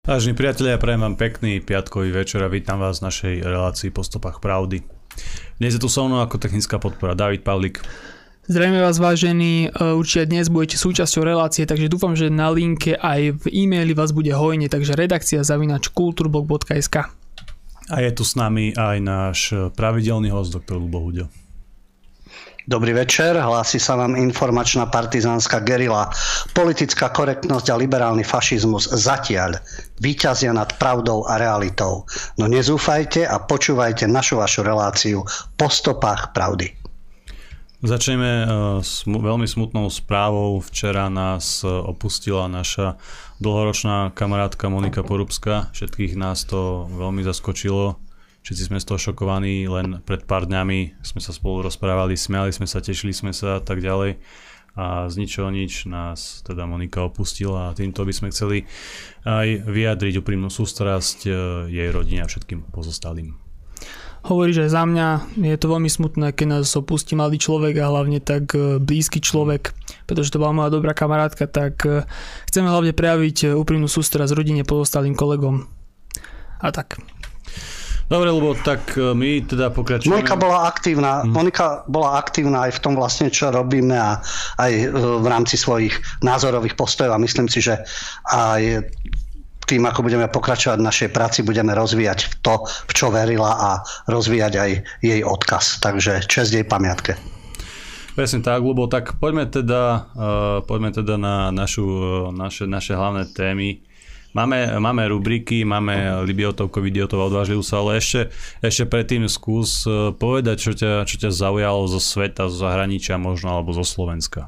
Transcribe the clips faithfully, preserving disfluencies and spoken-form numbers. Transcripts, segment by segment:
Vážení priatelia, prajem vám pekný piatkový večer a vítam vás v našej relácii Po stopách pravdy. Dnes je tu so mnou ako technická podpora David Pavlík. Zdravíme vás, vážení, určite dnes budete súčasťou relácie, takže dúfam, že na linke aj v e-maili vás bude hojne, takže redakcia zavináč kulturblog bodka es ká. A je tu s nami aj náš pravidelný host, doktor Ľubo Huďo. Dobrý večer, hlási sa vám informačná partizánska gerila. Politická korektnosť a liberálny fašizmus zatiaľ víťazia nad pravdou a realitou. No nezúfajte a počúvajte našu vašu reláciu Po stopách pravdy. Začneme s veľmi smutnou správou. Včera nás opustila naša dlhoročná kamarátka Monika Porubská. Všetkých nás to veľmi zaskočilo. Všetci sme z toho šokovaní, len pred pár dňami sme sa spolu rozprávali, smiali sme sa, tešili sme sa a tak ďalej. A z ničoho nič nás teda Monika opustila a týmto by sme chceli aj vyjadriť úprimnú sústrasť jej rodine a všetkým pozostalým. Hovoríš aj za mňa, je to veľmi smutné, keď nás opustí mladý človek a hlavne tak blízky človek, pretože to bola moja dobrá kamarátka, tak chceme hlavne prejaviť úprimnú sústrasť rodine, pozostalým kolegom. A tak. Dobre, lebo tak my teda pokračujeme. Monika bola aktívna, hmm. Monika bola aktívna aj v tom vlastne, čo robíme a aj v rámci svojich názorových postojov a myslím si, že aj tým, ako budeme pokračovať v našej práci, budeme rozvíjať to, v čo verila a rozvíjať aj jej odkaz. Takže česť jej pamiatke. Presne tak, Ľubo, tak poďme teda, uh, poďme teda na našu, naše, naše hlavné témy. Máme, máme rubriky, máme Libiotov, Covidiotov a Odvážlivú sa, ale ešte, ešte predtým skús povedať, čo ťa, čo ťa zaujalo zo sveta, zo zahraničia možno, alebo zo Slovenska.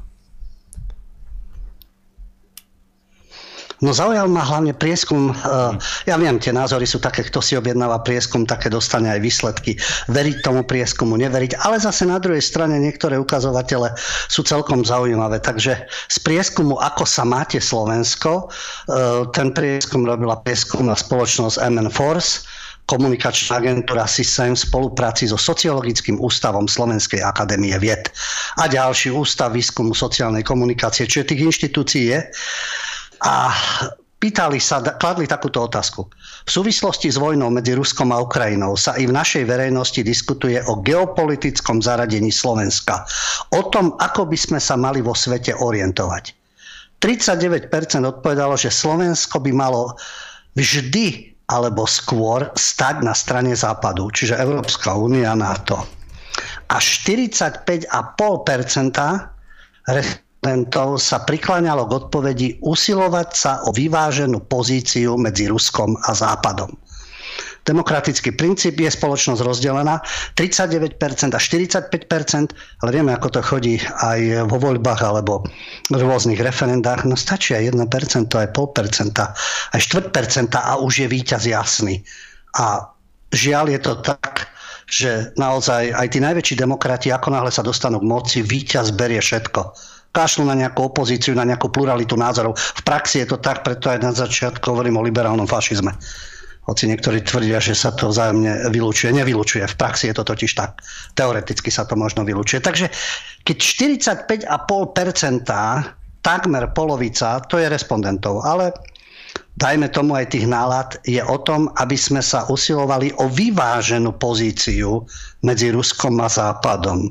No zaujal ma hlavne prieskum, ja viem, tie názory sú také, kto si objednáva prieskum, také dostane aj výsledky. Veriť tomu prieskumu, neveriť, ale zase na druhej strane niektoré ukazovatele sú celkom zaujímavé. Takže z prieskumu Ako sa máte Slovensko, ten prieskum robila prieskumná spoločnosť em en Force, komunikačná agentúra SISEM v spolupráci so Sociologickým ústavom Slovenskej akadémie vied a ďalší ústav výskumu sociálnej komunikácie, čiže tých inštitúcií je. A pýtali sa, kladli takúto otázku. V súvislosti s vojnou medzi Ruskom a Ukrajinou sa i v našej verejnosti diskutuje o geopolitickom zaradení Slovenska. O tom, ako by sme sa mali vo svete orientovať. tridsaťdeväť percent odpovedalo, že Slovensko by malo vždy alebo skôr stať na strane Západu, čiže Európska únia, NATO. A štyridsaťpäť celá päť percenta sa prikláňalo k odpovedi usilovať sa o vyváženú pozíciu medzi Ruskom a Západom. Demokratický princíp je spoločnosť rozdelená tridsaťdeväť percent a štyridsaťpäť percent, ale vieme, ako to chodí aj vo voľbách alebo v rôznych referendách. No stačí aj jedno percento, aj pol percenta, aj štvrť percenta a už je víťaz jasný. A žiaľ je to tak, že naozaj aj tí najväčší demokrati, ako náhle sa dostanú k moci, víťaz berie všetko. Kašľú na nejakú opozíciu, na nejakú pluralitu názorov. V praxi je to tak, preto aj na začiatku hovorím o liberálnom fašizme. Hoci niektorí tvrdia, že sa to vzájomne vylučuje. Nevylučuje. V praxi je to totiž tak. Teoreticky sa to možno vylučuje. Takže keď štyridsaťpäť celá päť percenta, takmer polovica, to je respondentov, ale dajme tomu aj tých nálad, je o tom, aby sme sa usilovali o vyváženú pozíciu medzi Ruskom a Západom.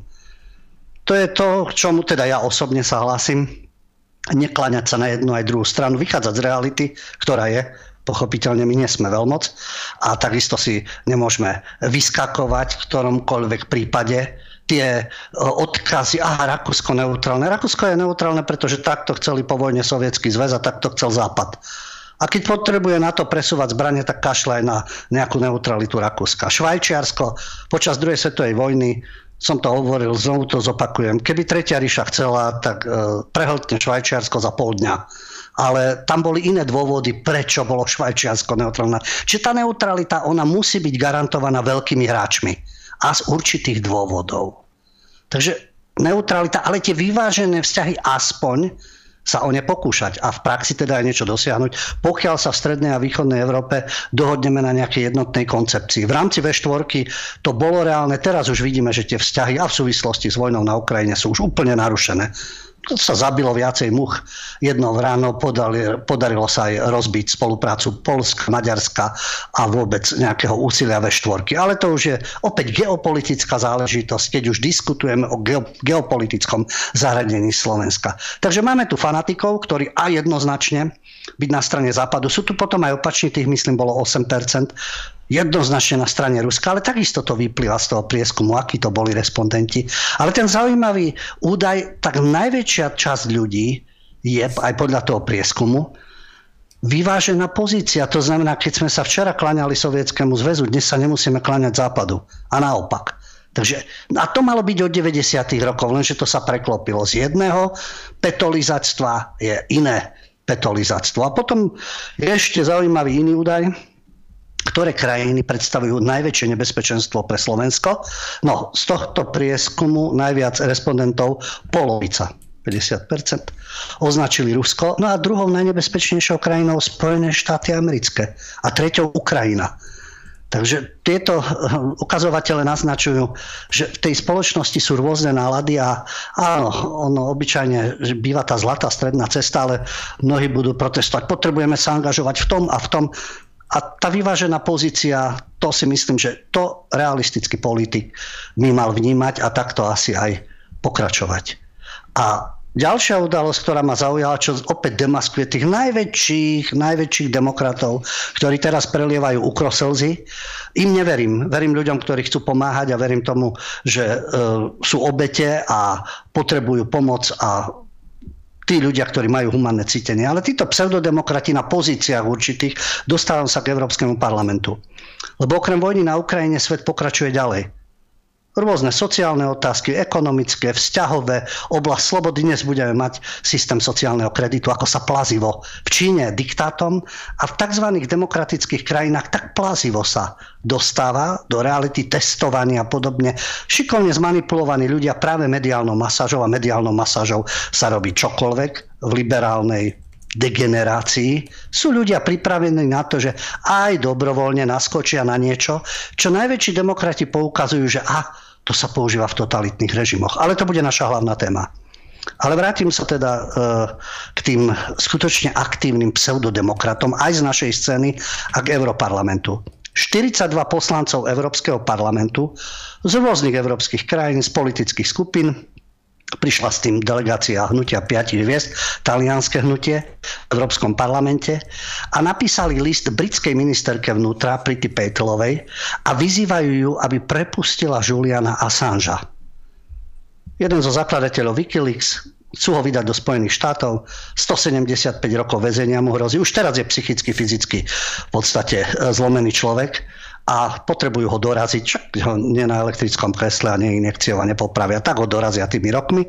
To je to, k čomu teda ja osobne sa hlásim. Nekláňať sa na jednu aj druhú stranu, vychádzať z reality, ktorá je. Pochopiteľne my nie sme veľmoc a takisto si nemôžeme vyskakovať v ktoromkoľvek prípade tie odkazy, aha, Rakúsko neutrálne. Rakúsko je neutrálne, pretože takto chceli po vojne Sovietsky zväz a takto chcel Západ. A keď potrebuje na to presúvať zbrane, tak kašľa aj na nejakú neutralitu Rakúska. Švajčiarsko počas druhej svetovej vojny, som to hovoril, znovu to zopakujem, keby Tretia ríša chcela, tak e, prehltne Švajčiarsko za pol dňa. Ale tam boli iné dôvody, prečo bolo Švajčiarsko neutrálne. Čiže tá neutralita, ona musí byť garantovaná veľkými hráčmi. A z určitých dôvodov. Takže neutralita, ale tie vyvážené vzťahy aspoň sa o ne pokúšať a v praxi teda aj niečo dosiahnuť, pokiaľ sa v strednej a východnej Európe dohodneme na nejakej jednotnej koncepcii. V rámci vé štyri to bolo reálne, teraz už vidíme, že tie vzťahy a v súvislosti s vojnou na Ukrajine sú už úplne narušené. sa zabilo viacej much jednou ráno, podali, podarilo sa aj rozbiť spoluprácu Poľska, Maďarska a vôbec nejakého úsilia vé štvorky. Ale to už je opäť geopolitická záležitosť, keď už diskutujeme o geo, geopolitickom zaradení Slovenska. Takže máme tu fanatikov, ktorí aj jednoznačne byť na strane západu. Sú tu potom aj opačne, tých myslím bolo osem percent, jednoznačne na strane Ruska, ale takisto to vyplýva z toho prieskumu, akí to boli respondenti. Ale ten zaujímavý údaj, tak najväčšia časť ľudí je, aj podľa toho prieskumu, vyvážená pozícia. To znamená, keď sme sa včera kláňali Sovietskému zväzu, dnes sa nemusíme kláňať západu. A naopak. Takže, a to malo byť od deväťdesiatych rokov, lenže to sa preklopilo. Z jedného petolizactva je iné petolizactvo. A potom je ešte zaujímavý iný údaj, ktoré krajiny predstavujú najväčšie nebezpečenstvo pre Slovensko. No, z tohto prieskumu najviac respondentov, polovica, päťdesiat percent, označili Rusko. No a druhou najnebezpečnejšou krajinou Spojené štáty americké a treťou Ukrajina. Takže tieto ukazovatele naznačujú, že v tej spoločnosti sú rôzne nálady a áno, ono obyčajne býva tá zlatá stredná cesta, ale mnohí budú protestovať. Potrebujeme sa angažovať v tom a v tom. A tá vyvážená pozícia, to si myslím, že to realistický politik by mal vnímať a takto asi aj pokračovať. A ďalšia udalosť, ktorá ma zaujala, čo opäť demaskuje tých najväčších, najväčších demokratov, ktorí teraz prelievajú ukroslzy. Im neverím. Verím ľuďom, ktorí chcú pomáhať a verím tomu, že e, sú obete a potrebujú pomoc a tí ľudia, ktorí majú humánne cítenie. Ale títo pseudodemokrati na pozíciách určitých dostávajú sa k Európskemu parlamentu. Lebo okrem vojny na Ukrajine svet pokračuje ďalej. Rôzne sociálne otázky, ekonomické, vzťahové, oblasť slobody. Dnes budeme mať systém sociálneho kreditu, ako sa plazivo v Číne diktátom a v tzv. Demokratických krajinách tak plazivo sa dostáva do reality testovania a podobne. Šikovne zmanipulovaní ľudia práve mediálnou masážou a mediálnou masážou sa robí čokoľvek v liberálnej degenerácii. Sú ľudia pripravení na to, že aj dobrovoľne naskočia na niečo, čo najväčší demokrati poukazujú, že a, to sa používa v totalitných režimoch. Ale to bude naša hlavná téma. Ale vrátim sa teda e, k tým skutočne aktívnym pseudodemokratom aj z našej scény a k Europarlamentu. štyridsaťdva poslancov Európskeho parlamentu z rôznych európskych krajín, z politických skupín. Prišla s tým delegácia hnutia piatich hviezd, talianske hnutie v Európskom parlamente a napísali list britskej ministerke vnútra Priti Patelovej a vyzývajú ju, aby prepustila Juliana Assangea. Jeden zo zakladateľov Wikileaks, chcú ho vydať do Spojených štátov, stosedemdesiatpäť rokov väzenia mu hrozí. Už teraz je psychicky, fyzicky v podstate zlomený človek a potrebujú ho doraziť, čak ho nie na elektrickom kresle a nie injekciou a nepopravia, tak ho dorazia tými rokmi.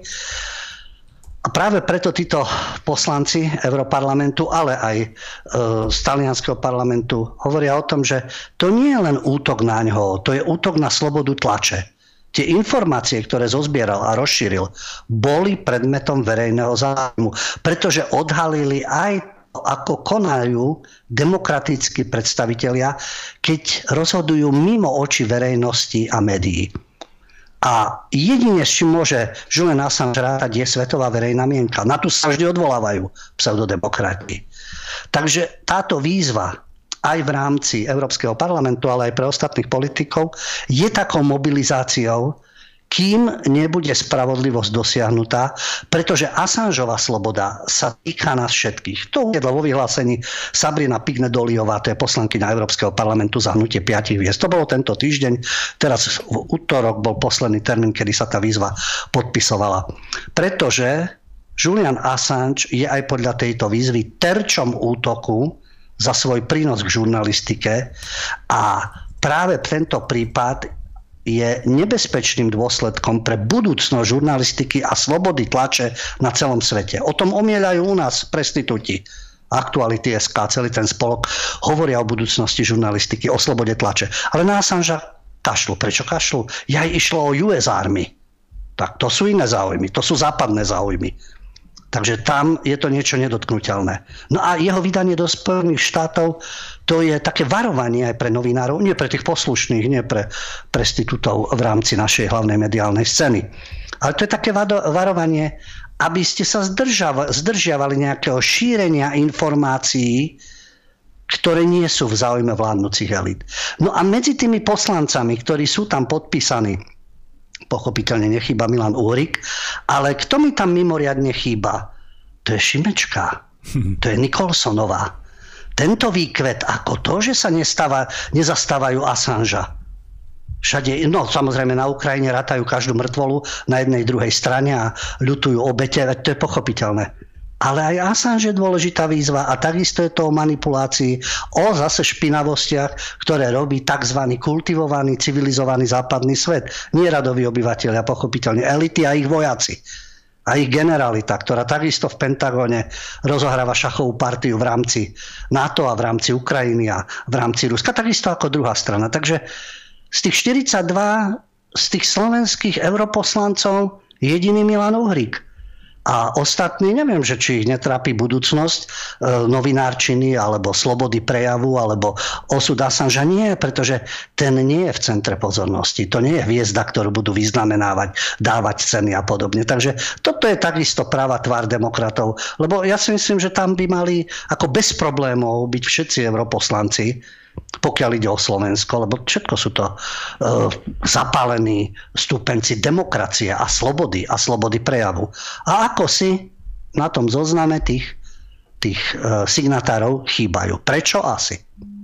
A práve preto títo poslanci Europarlamentu, ale aj e, z talianskeho parlamentu hovoria o tom, že to nie je len útok na ňoho, to je útok na slobodu tlače. Tie informácie, ktoré zozbieral a rozšíril, boli predmetom verejného záujmu, pretože odhalili aj ako konajú demokratickí predstavitelia, keď rozhodujú mimo očí verejnosti a médií. A jedine, s čím môže Julian Assange rátať, je svetová verejná mienka. Na tu sa vždy odvolávajú pseudodemokrati. Takže táto výzva aj v rámci Európskeho parlamentu, ale aj pre ostatných politikov, je takou mobilizáciou, kým nebude spravodlivosť dosiahnutá, pretože Assangeova sloboda sa týka nás všetkých. To uviedla vo vyhlásení Sabrina Pignedoliová, to je poslankyňa Európskeho parlamentu za hnutie piatich hviezd. To bolo tento týždeň, teraz v útorok bol posledný termín, kedy sa tá výzva podpisovala. Pretože Julian Assange je aj podľa tejto výzvy terčom útoku za svoj prínos k žurnalistike a práve tento prípad je nebezpečným dôsledkom pre budúcnosť žurnalistiky a slobody tlače na celom svete. O tom omieľajú u nás prestitúti. Aktuality es ká, celý ten spolok hovoria o budúcnosti žurnalistiky, o slobode tlače. Ale na Assangea kašľu. Prečo kašľu? Ja išlo o ú es Army. Tak to sú iné záujmy, to sú západné záujmy. Takže tam je to niečo nedotknuteľné. No a jeho vydanie do Spojených štátov, to je také varovanie aj pre novinárov, nie pre tých poslušných, nie pre prestitútov v rámci našej hlavnej mediálnej scény. Ale to je také varovanie aby ste sa zdržiavali nejakého šírenia informácií, ktoré nie sú v záujme vládnúcich elít. No a medzi tými poslancami, ktorí sú tam podpísaní, pochopiteľne nechýba Milan Uhrík, ale kto mi tam mimoriadne chýba? To je Šimečka, to je Nikolsonová. Tento výkvet ako to, že sa nestáva, nezastávajú Assangea. Všade, no samozrejme na Ukrajine ratajú každú mŕtvolu na jednej druhej strane a ľutujú obete, to je pochopiteľné. Ale aj Assange je dôležitá výzva a takisto je to o manipulácii, o zase špinavostiach, ktoré robí tzv. Kultivovaný, civilizovaný západný svet. Nie radoví obyvatelia, pochopiteľne elity a ich vojaci. A ich generalita, ktorá takisto v Pentagóne rozohráva šachovú partiu v rámci NATO a v rámci Ukrajiny a v rámci Ruska, takisto ako druhá strana. Takže z tých štyridsaťdva, z tých slovenských europoslancov jediný Milan Uhrík. A ostatní, neviem, že či ich netrápi budúcnosť e, novinárčiny, alebo slobody prejavu, alebo osud Assangea. Nie, pretože ten nie je v centre pozornosti. To nie je hviezda, ktorú budú vyznamenávať, dávať ceny a podobne. Takže toto je takisto práva tvár demokratov. Lebo ja si myslím, že tam by mali ako bez problémov byť všetci europoslanci, pokiaľ ide o Slovensko, lebo všetko sú to uh, zapálení stúpenci demokracie a slobody a slobody prejavu. A ako si na tom zozname tých, tých uh, signatárov chýbajú. Prečo asi?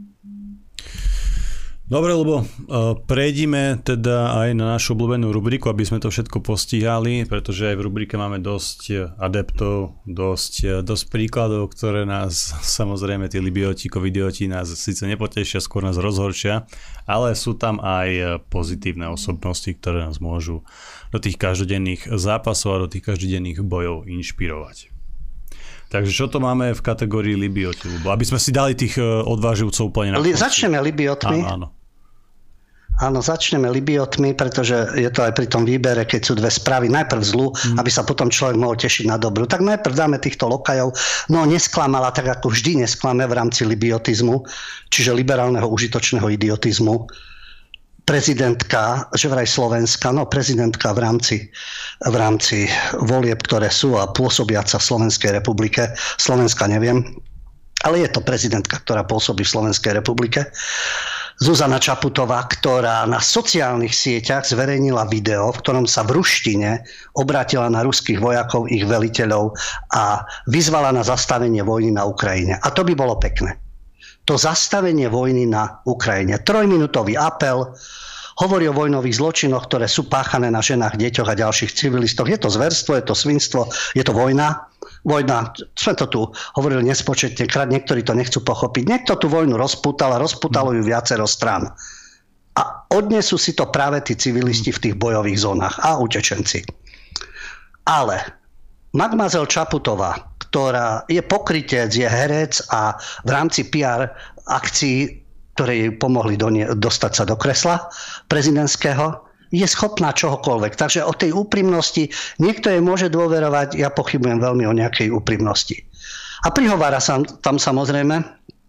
Dobre, lebo uh, prejdime teda aj na našu obľúbenú rubriku, aby sme to všetko postihali, pretože aj v rubrike máme dosť adeptov, dosť, dosť príkladov, ktoré nás, samozrejme, tí libioti, covidioti nás síce nepotešia, skôr nás rozhorčia, ale sú tam aj pozitívne osobnosti, ktoré nás môžu do tých každodenných zápasov a do tých každodenných bojov inšpirovať. Takže čo to máme v kategórii libioti? Aby sme si dali tých odváživcov úplne na konci. Začneme libiotmi. Áno, áno. Áno, začneme libiotmi, pretože je to aj pri tom výbere, keď sú dve správy. Najprv zlú, mm. aby sa potom človek mohol tešiť na dobrú. Tak najprv dáme týchto lokajov. No nesklamala, tak ako vždy nesklame v rámci libiotizmu, čiže liberálneho užitočného idiotizmu. Prezidentka, že vraj Slovenska, no prezidentka v rámci, v rámci volieb, ktoré sú a pôsobiaca v Slovenskej republike. Slovenska neviem, ale je to prezidentka, ktorá pôsobí v Slovenskej republike. Zuzana Čaputová, ktorá na sociálnych sieťach zverejnila video, v ktorom sa v ruštine obrátila na ruských vojakov, ich veliteľov a vyzvala na zastavenie vojny na Ukrajine. A to by bolo pekné. To zastavenie vojny na Ukrajine. Trojminútový apel, hovorí o vojnových zločinoch, ktoré sú páchané na ženách, deťoch a ďalších civilistoch. Je to zverstvo, je to svinstvo, je to vojna. Vojna, sme to tu hovorili nespočetne krát, niektorí to nechcú pochopiť. Niekto tú vojnu rozputal a rozputalo ju viacero strán. A odnesú si to práve tí civilisti v tých bojových zónach a utečenci. Ale Mademoiselle Čaputová, ktorá je pokrytec, je herec a v rámci pé er akcií, ktoré jej pomohli donie, dostať sa do kresla prezidentského, je schopná čohokoľvek. Takže o tej úprimnosti niekto jej môže dôverovať, ja pochybujem veľmi o nejakej úprimnosti. A prihovára sa tam samozrejme,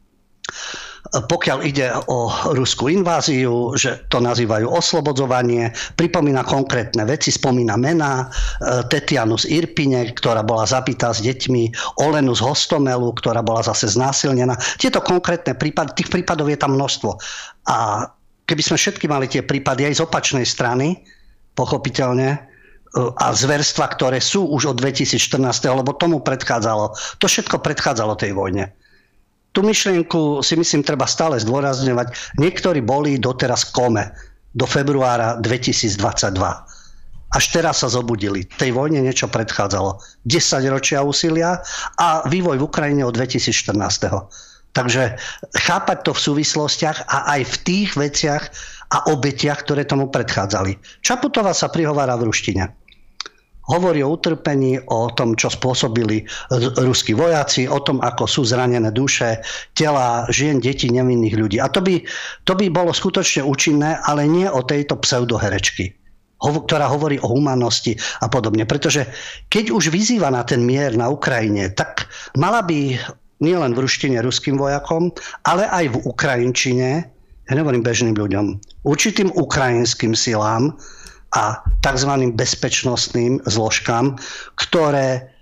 pokiaľ ide o ruskú inváziu, že to nazývajú oslobodzovanie, pripomína konkrétne veci, spomína mená, Tetianu z Irpine, ktorá bola zabitá s deťmi, Olenu z Hostomelu, ktorá bola zase znásilnená. Tieto konkrétne prípady, tých prípadov je tam množstvo. A keby sme všetky mali tie prípady aj z opačnej strany, pochopiteľne, a zverstva, ktoré sú už od dvetisícštrnásť, lebo tomu predchádzalo. To všetko predchádzalo tej vojne. Tú myšlienku si myslím treba stále zdôrazňovať. Niektorí boli doteraz v kome do februára dvetisícdvadsaťdva. Až teraz sa zobudili. Tej vojne niečo predchádzalo. desaťročia úsilia a vývoj v Ukrajine od dvetisícštrnásť. Takže chápať to v súvislostiach a aj v tých veciach a obetiach, ktoré tomu predchádzali. Čaputová sa prihovára v ruštine. Hovorí o utrpení, o tom, čo spôsobili ruskí vojaci, o tom, ako sú zranené duše, tela, žien, detí, nevinných ľudí. A to by, to by bolo skutočne účinné, ale nie o tejto pseudoherečky, ktorá hovorí o humannosti a podobne. Pretože keď už vyzýva na ten mier na Ukrajine, tak mala by nielen v ruštine ruským vojakom, ale aj v ukrajinčine, ja nehovorím bežným ľuďom, určitým ukrajinským silám a tzv. Bezpečnostným zložkám, ktoré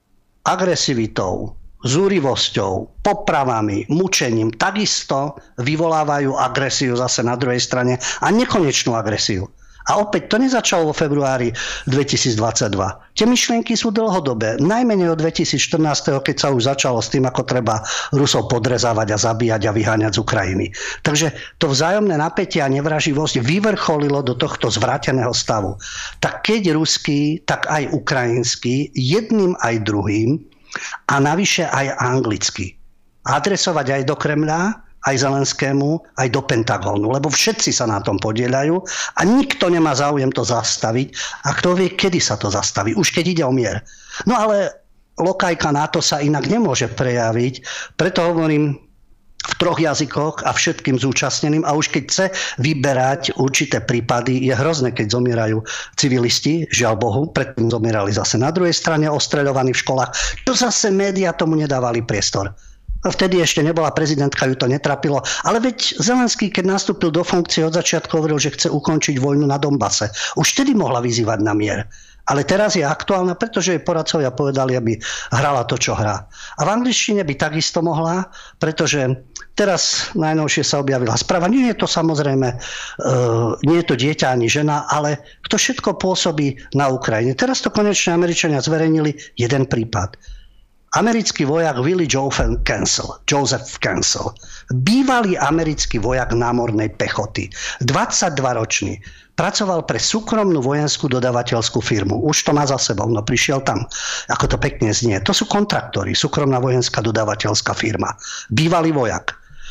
agresivitou, zúrivosťou, popravami, mučením takisto vyvolávajú agresiu zase na druhej strane a nekonečnú agresiu. A opäť to nezačalo vo februári dvetisícdvadsaťdva. Tie myšlienky sú dlhodobé. Najmenej od dvetisícštrnásť, keď sa už začalo s tým, ako treba Rusov podrezávať a zabíjať a vyháňať z Ukrajiny. Takže to vzájomné napätie a nevraživosť vyvrcholilo do tohto zvráteného stavu. Tak keď ruský, tak aj ukrajinský, jedným aj druhým a navyše aj anglicky. Adresovať aj do Kremľa, aj Zelenskému, aj do Pentagónu, lebo všetci sa na tom podieľajú a nikto nemá záujem to zastaviť a kto vie, kedy sa to zastaví, už keď ide o mier. No ale lokajka NATO sa inak nemôže prejaviť, preto hovorím v troch jazykoch a všetkým zúčastneným a už keď chce vyberať určité prípady, je hrozné, keď zomierajú civilisti, žiaľ Bohu, predtým zomierali zase na druhej strane ostreľovaní v školách, čo zase médiá tomu nedávali priestor. Vtedy ešte nebola prezidentka, ju to netrapilo. Ale veď Zelenský, keď nastúpil do funkcie, od začiatku hovoril, že chce ukončiť vojnu na Donbase. Už vtedy mohla vyzývať na mier. Ale teraz je aktuálna, pretože jej poradcovia povedali, aby hrala to, čo hrá. A v angličtine by takisto mohla, pretože teraz najnovšie sa objavila správa. Nie je to samozrejme, uh, nie je to dieťa ani žena, ale kto všetko pôsobí na Ukrajine. Teraz to konečne Američania zverejnili jeden prípad. Americký vojak Willie Joseph Cancel, Joseph Cancel, bývalý americký vojak námornej pechoty, dvadsaťdvaročný, pracoval pre súkromnú vojenskú dodavateľskú firmu. Už to má za sebou, no prišiel tam, ako to pekne znie. To sú kontraktori, súkromná vojenská dodavateľská firma. Bývalý vojak.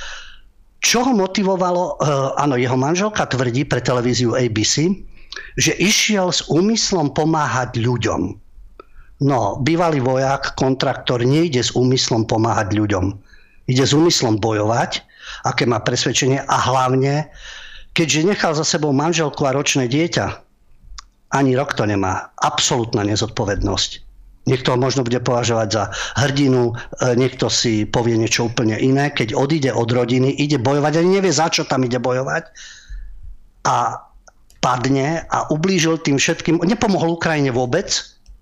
Čo ho motivovalo? Áno, jeho manželka tvrdí pre televíziu á bé cé, že išiel s úmyslom pomáhať ľuďom. No, bývalý vojak, kontraktor nejde s úmyslom pomáhať ľuďom. Ide s úmyslom bojovať, aké má presvedčenie a hlavne, keďže nechal za sebou manželku a ročné dieťa, ani rok to nemá. Absolútna nezodpovednosť. Niekto ho možno bude považovať za hrdinu, niekto si povie niečo úplne iné. Keď odíde od rodiny, ide bojovať, ani nevie, za čo tam ide bojovať. A padne a ublížil tým všetkým. Nepomohol Ukrajine vôbec.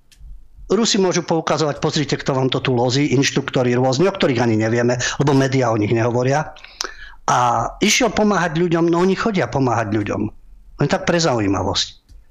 Rusi môžu poukazovať, pozrite, kto vám to tu lozí, inštruktori rôzni, o ktorých ani nevieme, lebo médiá o nich nehovoria. A išiel pomáhať ľuďom, no oni chodia pomáhať ľuďom. Len tak pre zaujímavosť.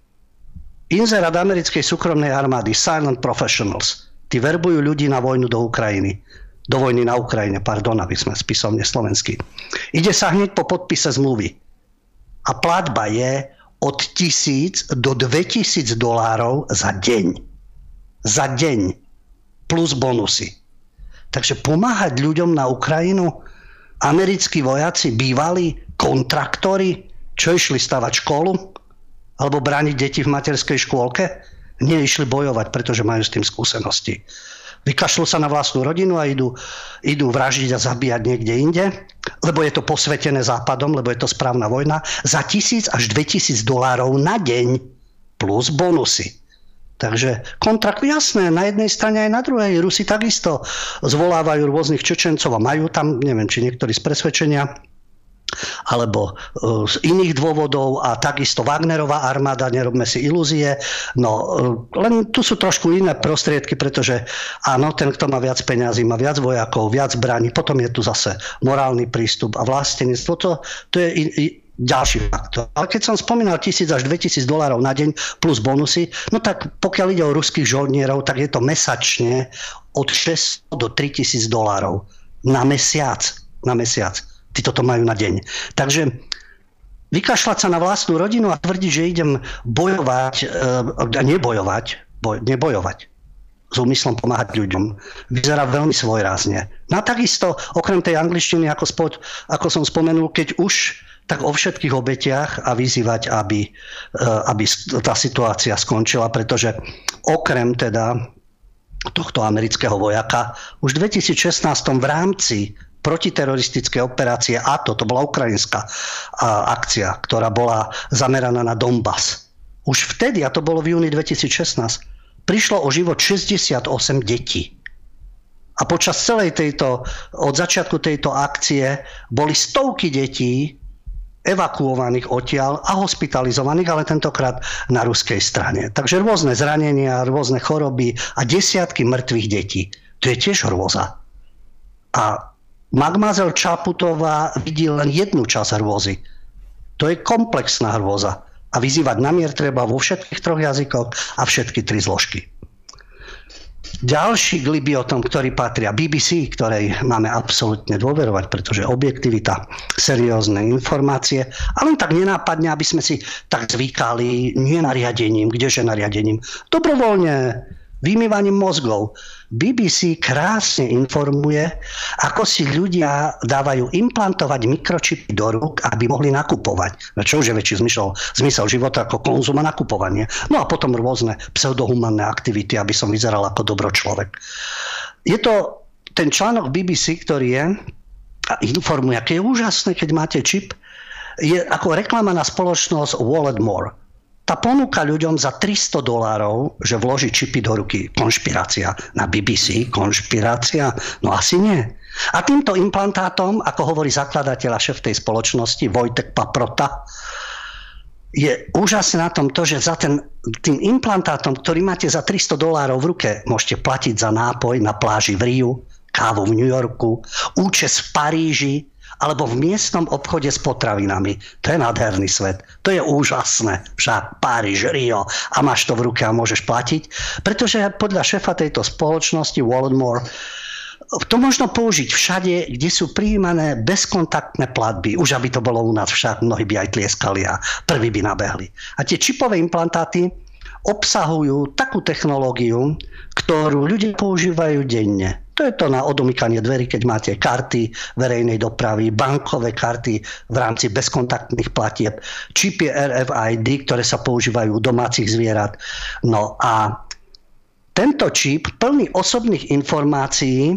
Inzerát americkej súkromnej armády, Silent Professionals, tí verbujú ľudí na vojnu do Ukrajiny. Do vojny na Ukrajine, pardon, aby sme spisovne slovenský. Ide sa hneď po podpise zmluvy. A platba je od tisíc do dvetisíc dolárov za deň. Za deň. Plus bonusy. Takže pomáhať ľuďom na Ukrajinu, americkí vojaci, bývalí kontraktori, čo išli stavať školu? Alebo brániť deti v materskej škôlke? Nie, išli bojovať, pretože majú s tým skúsenosti. Vykašľú sa na vlastnú rodinu a idú, idú vraždiť a zabíjať niekde inde, lebo je to posvetené Západom, lebo je to správna vojna, za tisíc až dvetisíc dolárov na deň plus bonusy. Takže kontrakt, jasné, na jednej strane aj na druhej. Rusi takisto zvolávajú rôznych Čečencov a majú tam, neviem, či niektorí z presvedčenia, alebo z iných dôvodov a takisto Wagnerová armáda, nerobme si ilúzie. No, len tu sú trošku iné prostriedky, pretože áno, ten, kto má viac peňazí, má viac vojakov, viac zbraní, potom je tu zase morálny prístup a vlastenectvo. To, to je i, i, ďalší faktor. Ale keď som spomínal tisíc až dvetisíc dolárov na deň plus bonusy, no tak pokiaľ ide o ruských žoldnierov, tak je to mesačne od šesťsto do tritisíc dolárov na mesiac. Na mesiac. Tí toto majú na deň. Takže vykašľať sa na vlastnú rodinu a tvrdiť, že idem bojovať, e, nebojovať, boj, nebojovať s úmyslom pomáhať ľuďom, vyzerá veľmi svojrázne. No a takisto, okrem tej angličtiny, ako, spod, ako som spomenul, keď už tak o všetkých obetiach a vyzývať, aby, aby tá situácia skončila, pretože okrem teda tohto amerického vojaka už v dvetisícšestnásť v rámci protiteroristickej operácie á té ó, to bola ukrajinská akcia, ktorá bola zameraná na Donbas. Už vtedy, a to bolo v júni dvetisícšestnásť, prišlo o život šesťdesiatosem detí. A počas celej tejto, od začiatku tejto akcie boli stovky detí evakuovaných odtiaľ a hospitalizovaných, ale tentokrát na ruskej strane. Takže rôzne zranenia, rôzne choroby a desiatky mŕtvych detí. To je tiež hrôza. A Magmazel Čaputová vidí len jednu časť hrôzy. To je komplexná hrôza. A vyzývať na mier treba vo všetkých troch jazykoch a všetky tri zložky. Ďalší k Libiotom, ktorí patria bé bé cé, ktorej máme absolútne dôverovať, pretože objektivita, seriózne informácie, ale tak nenápadne, aby sme si tak zvykali, nie nariadením, kdeže nariadením, dobrovoľne, vymývaním mozgov. bé bé cé krásne informuje, ako si ľudia dávajú implantovať mikročipy do rúk, aby mohli nakupovať. Čo už je väčší zmysel, zmysel života ako konzum a nakupovanie. No a potom rôzne pseudohumánne aktivity, aby som vyzeral ako dobročlovek. Je to ten článok bé bé cé, ktorý je a informuje, aké je úžasné, keď máte čip, je ako reklama na spoločnosť Wallet More. Tá ponúka ľuďom za tristo dolárov, že vloží čipy do ruky. Konšpirácia. Na bé bé cé konšpirácia? No asi nie. A týmto implantátom, ako hovorí zakladateľ a šéf tej spoločnosti Vojtek Paprota, je úžasné na tom to, že za ten, tým implantátom, ktorý máte za tristo dolárov v ruke, môžete platiť za nápoj na pláži v Riu, kávu v New Yorku, účes v Paríži, alebo v miestnom obchode s potravinami. To je nádherný svet. To je úžasné. Však Paríž, Rio a máš to v ruke a môžeš platiť. Pretože podľa šéfa tejto spoločnosti Walletmore to možno použiť všade, kde sú prijímané bezkontaktné platby. Už aby to bolo u nás však, mnohí by aj tlieskali a prví by nabehli. A tie čipové implantáty obsahujú takú technológiu, ktorú ľudia používajú denne. To je to na odomykanie dverí, keď máte karty verejnej dopravy, bankové karty v rámci bezkontaktných platieb, čipy er ef í dé, ktoré sa používajú u domácich zvierat. No a tento čip plný osobných informácií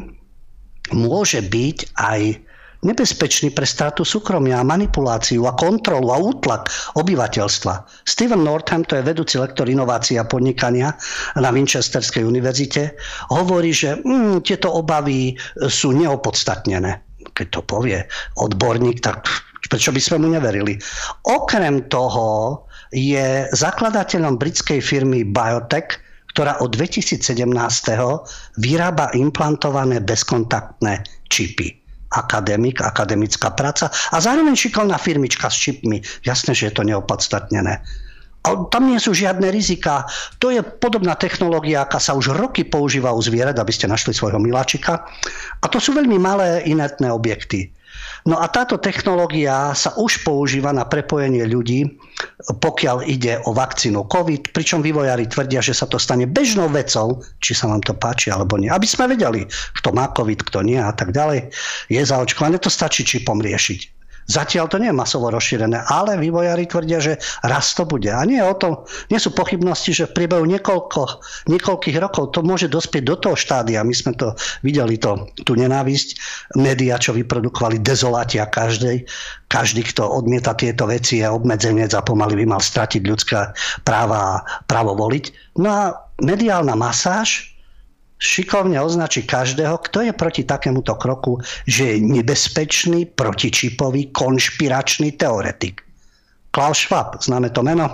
môže byť aj nebezpečný pre stratu súkromia, manipuláciu a kontrolu a útlak obyvateľstva. Steven Northam, to je vedúci lektor inovácií a podnikania na Winchesterskej univerzite, hovorí, že mm, tieto obavy sú neopodstatnené. Keď to povie odborník, tak prečo by sme mu neverili? Okrem toho je zakladateľom britskej firmy Biotech, ktorá od dvetisícsedemnásť vyrába implantované bezkontaktné čipy. Akademik, akademická práca a zároveň šikovná firmička s čipmi. Jasné, že je to neopodstatnené. A tam nie sú žiadne rizika. To je podobná technológia, aká sa už roky používa u zvierat, aby ste našli svojho miláčika. A to sú veľmi malé inertné objekty. No a táto technológia sa už používa na prepojenie ľudí, pokiaľ ide o vakcínu COVID, pričom vývojári tvrdia, že sa to stane bežnou vecou, či sa vám to páči alebo nie. Aby sme vedeli, kto má COVID, kto nie a tak ďalej, je zaočkované, to stačí čipom riešiť. Zatiaľ to nie je masovo rozšírené, ale vývojári tvrdia, že raz to bude. A nie o tom, nie sú pochybnosti, že v priebehu niekoľko, niekoľkých rokov to môže dospieť do toho štádia. My sme to videli, to, tú nenávisť. Média, čo vyprodukovali dezolátia každej. Každý, kto odmieta tieto veci, je obmedzenec a pomaly by mal stratiť ľudské práva a právo voliť. No a mediálna masáž šikovne označí každého, kto je proti takémuto kroku, že je nebezpečný, protičipový, konšpiračný teoretik. Klaus Schwab, známe to meno,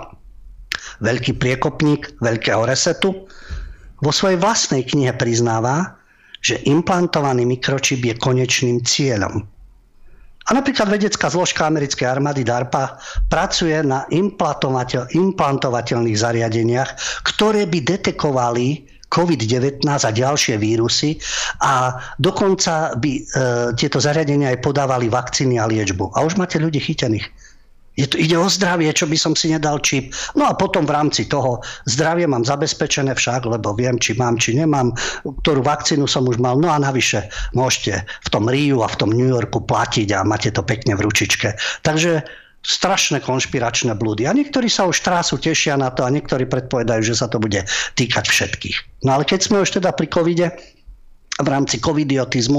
veľký priekopník veľkého resetu, vo svojej vlastnej knihe priznáva, že implantovaný mikročip je konečným cieľom. A napríklad vedecká zložka americkej armády DARPA pracuje na implantovateľných zariadeniach, ktoré by detekovali COVID devätnásť a ďalšie vírusy a dokonca by e, tieto zariadenia aj podávali vakcíny a liečbu. A už máte ľudí chytených. Je to, ide o zdravie, čo by som si nedal čip. No a potom v rámci toho zdravie mám zabezpečené však, lebo viem, či mám, či nemám, ktorú vakcínu som už mal. No a navyše môžete v tom Riu a v tom New Yorku platiť a máte to pekne v ručičke. Takže strašné konšpiračné blúdy. A niektorí sa už trásu, tešia na to a niektorí predpovedajú, že sa to bude týkať všetkých. No ale keď sme už teda pri covide, v rámci covidiotizmu,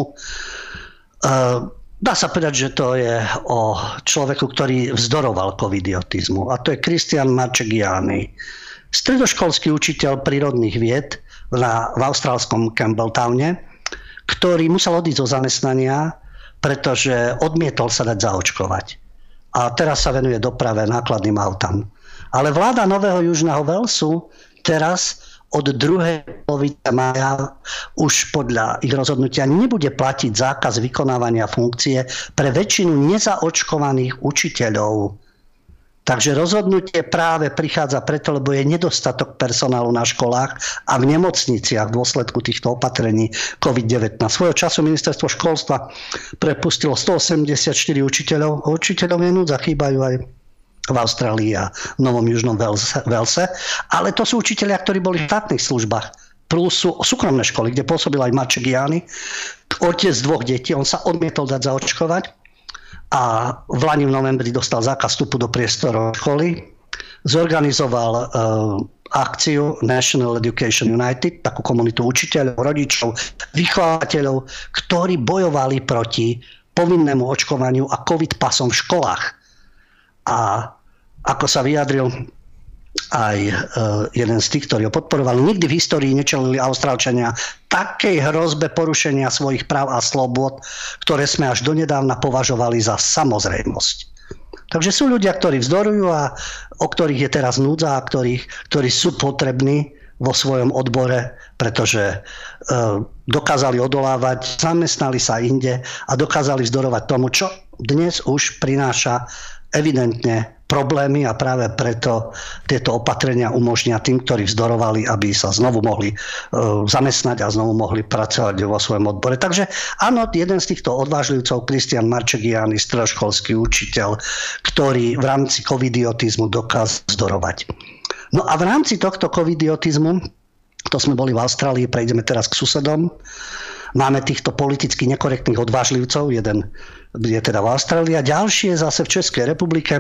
uh, dá sa povedať, že to je o človeku, ktorý vzdoroval covidiotizmu. A to je Christian Marchegiani. Stredoškolský učiteľ prírodných vied na, v austrálskom Campbelltowne, ktorý musel odísť zo zamestnania, pretože odmietol sa dať zaočkovať. a teraz sa venuje doprave nákladným autám. Ale vláda Nového Južného Walesu teraz od druhej polovice mája už podľa ich rozhodnutia nebude platiť zákaz vykonávania funkcie pre väčšinu nezaočkovaných učiteľov. Takže rozhodnutie práve prichádza preto, lebo je nedostatok personálu na školách a v nemocniciach v dôsledku týchto opatrení covid devätnásť. Svojho času ministerstvo školstva prepustilo stoosemdesiatštyri učiteľov. Učiteľov je núdza, chýbajú aj v Austrálii a v Novom Južnom Walese, ale to sú učitelia, ktorí boli v štátnych službách. Plus sú súkromné školy, kde pôsobil aj Marchegiani, otec dvoch detí, on sa odmietol dať zaočkovať a v lani v novembri dostal zákaz vstupu do priestorov školy, zorganizoval uh, akciu National Education United, takú komunitu učiteľov, rodičov, vychovateľov, ktorí bojovali proti povinnému očkovaniu a covid pasom v školách. A ako sa vyjadril aj jeden z tých, ktorí ho podporovali, nikdy v histórii nečelili Austrálčania takej hrozbe porušenia svojich práv a slobôd, ktoré sme až donedávna považovali za samozrejmosť. Takže sú ľudia, ktorí vzdorujú a o ktorých je teraz núdza a ktorých, ktorí sú potrební vo svojom odbore, pretože e, dokázali odolávať, zamestnali sa inde a dokázali vzdorovať tomu, čo dnes už prináša evidentne problémy a práve preto tieto opatrenia umožnia tým, ktorí vzdorovali, aby sa znovu mohli uh, zamestnať a znovu mohli pracovať vo svojom odbore. Takže áno, jeden z týchto odvážlivcov, Christian Marchegiani, stredoškolský učiteľ, ktorý v rámci covidiotizmu dokázal vzdorovať. No a v rámci tohto covidiotizmu, to sme boli v Austrálii, prejdeme teraz k susedom, máme týchto politicky nekorektných odvážlivcov, jeden je teda v Austrálii a ďalší je zase v Českej republike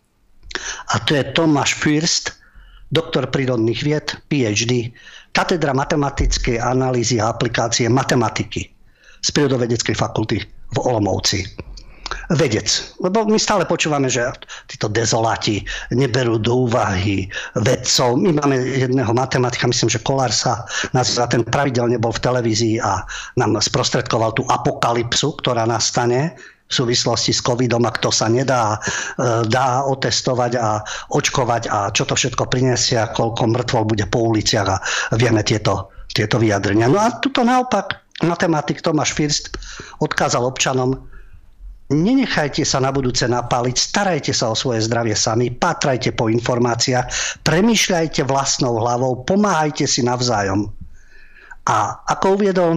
a to je Tomáš Fürst, doktor prírodných vied, PhD, katedra matematickej analýzy a aplikácie matematiky z prírodovedeckej fakulty v Olomouci. Vedec, lebo my stále počúvame, že títo dezoláti neberú do úvahy vedcov. My máme jedného matematika, myslím, že Kolár sa nazýva, ten pravidelne bol v televízii a nám sprostredkoval tú apokalypsu, ktorá nastane v súvislosti s covidom a kto sa nedá dá otestovať a očkovať a čo to všetko prinesie a koľko mŕtvol bude po uliciach a vieme tieto, tieto vyjadrenia. No a tuto naopak matematik Tomáš Fürst odkázal občanom: nenechajte sa na budúce napáliť, starajte sa o svoje zdravie sami, pátrajte po informáciách, premýšľajte vlastnou hlavou, pomáhajte si navzájom. A ako uviedol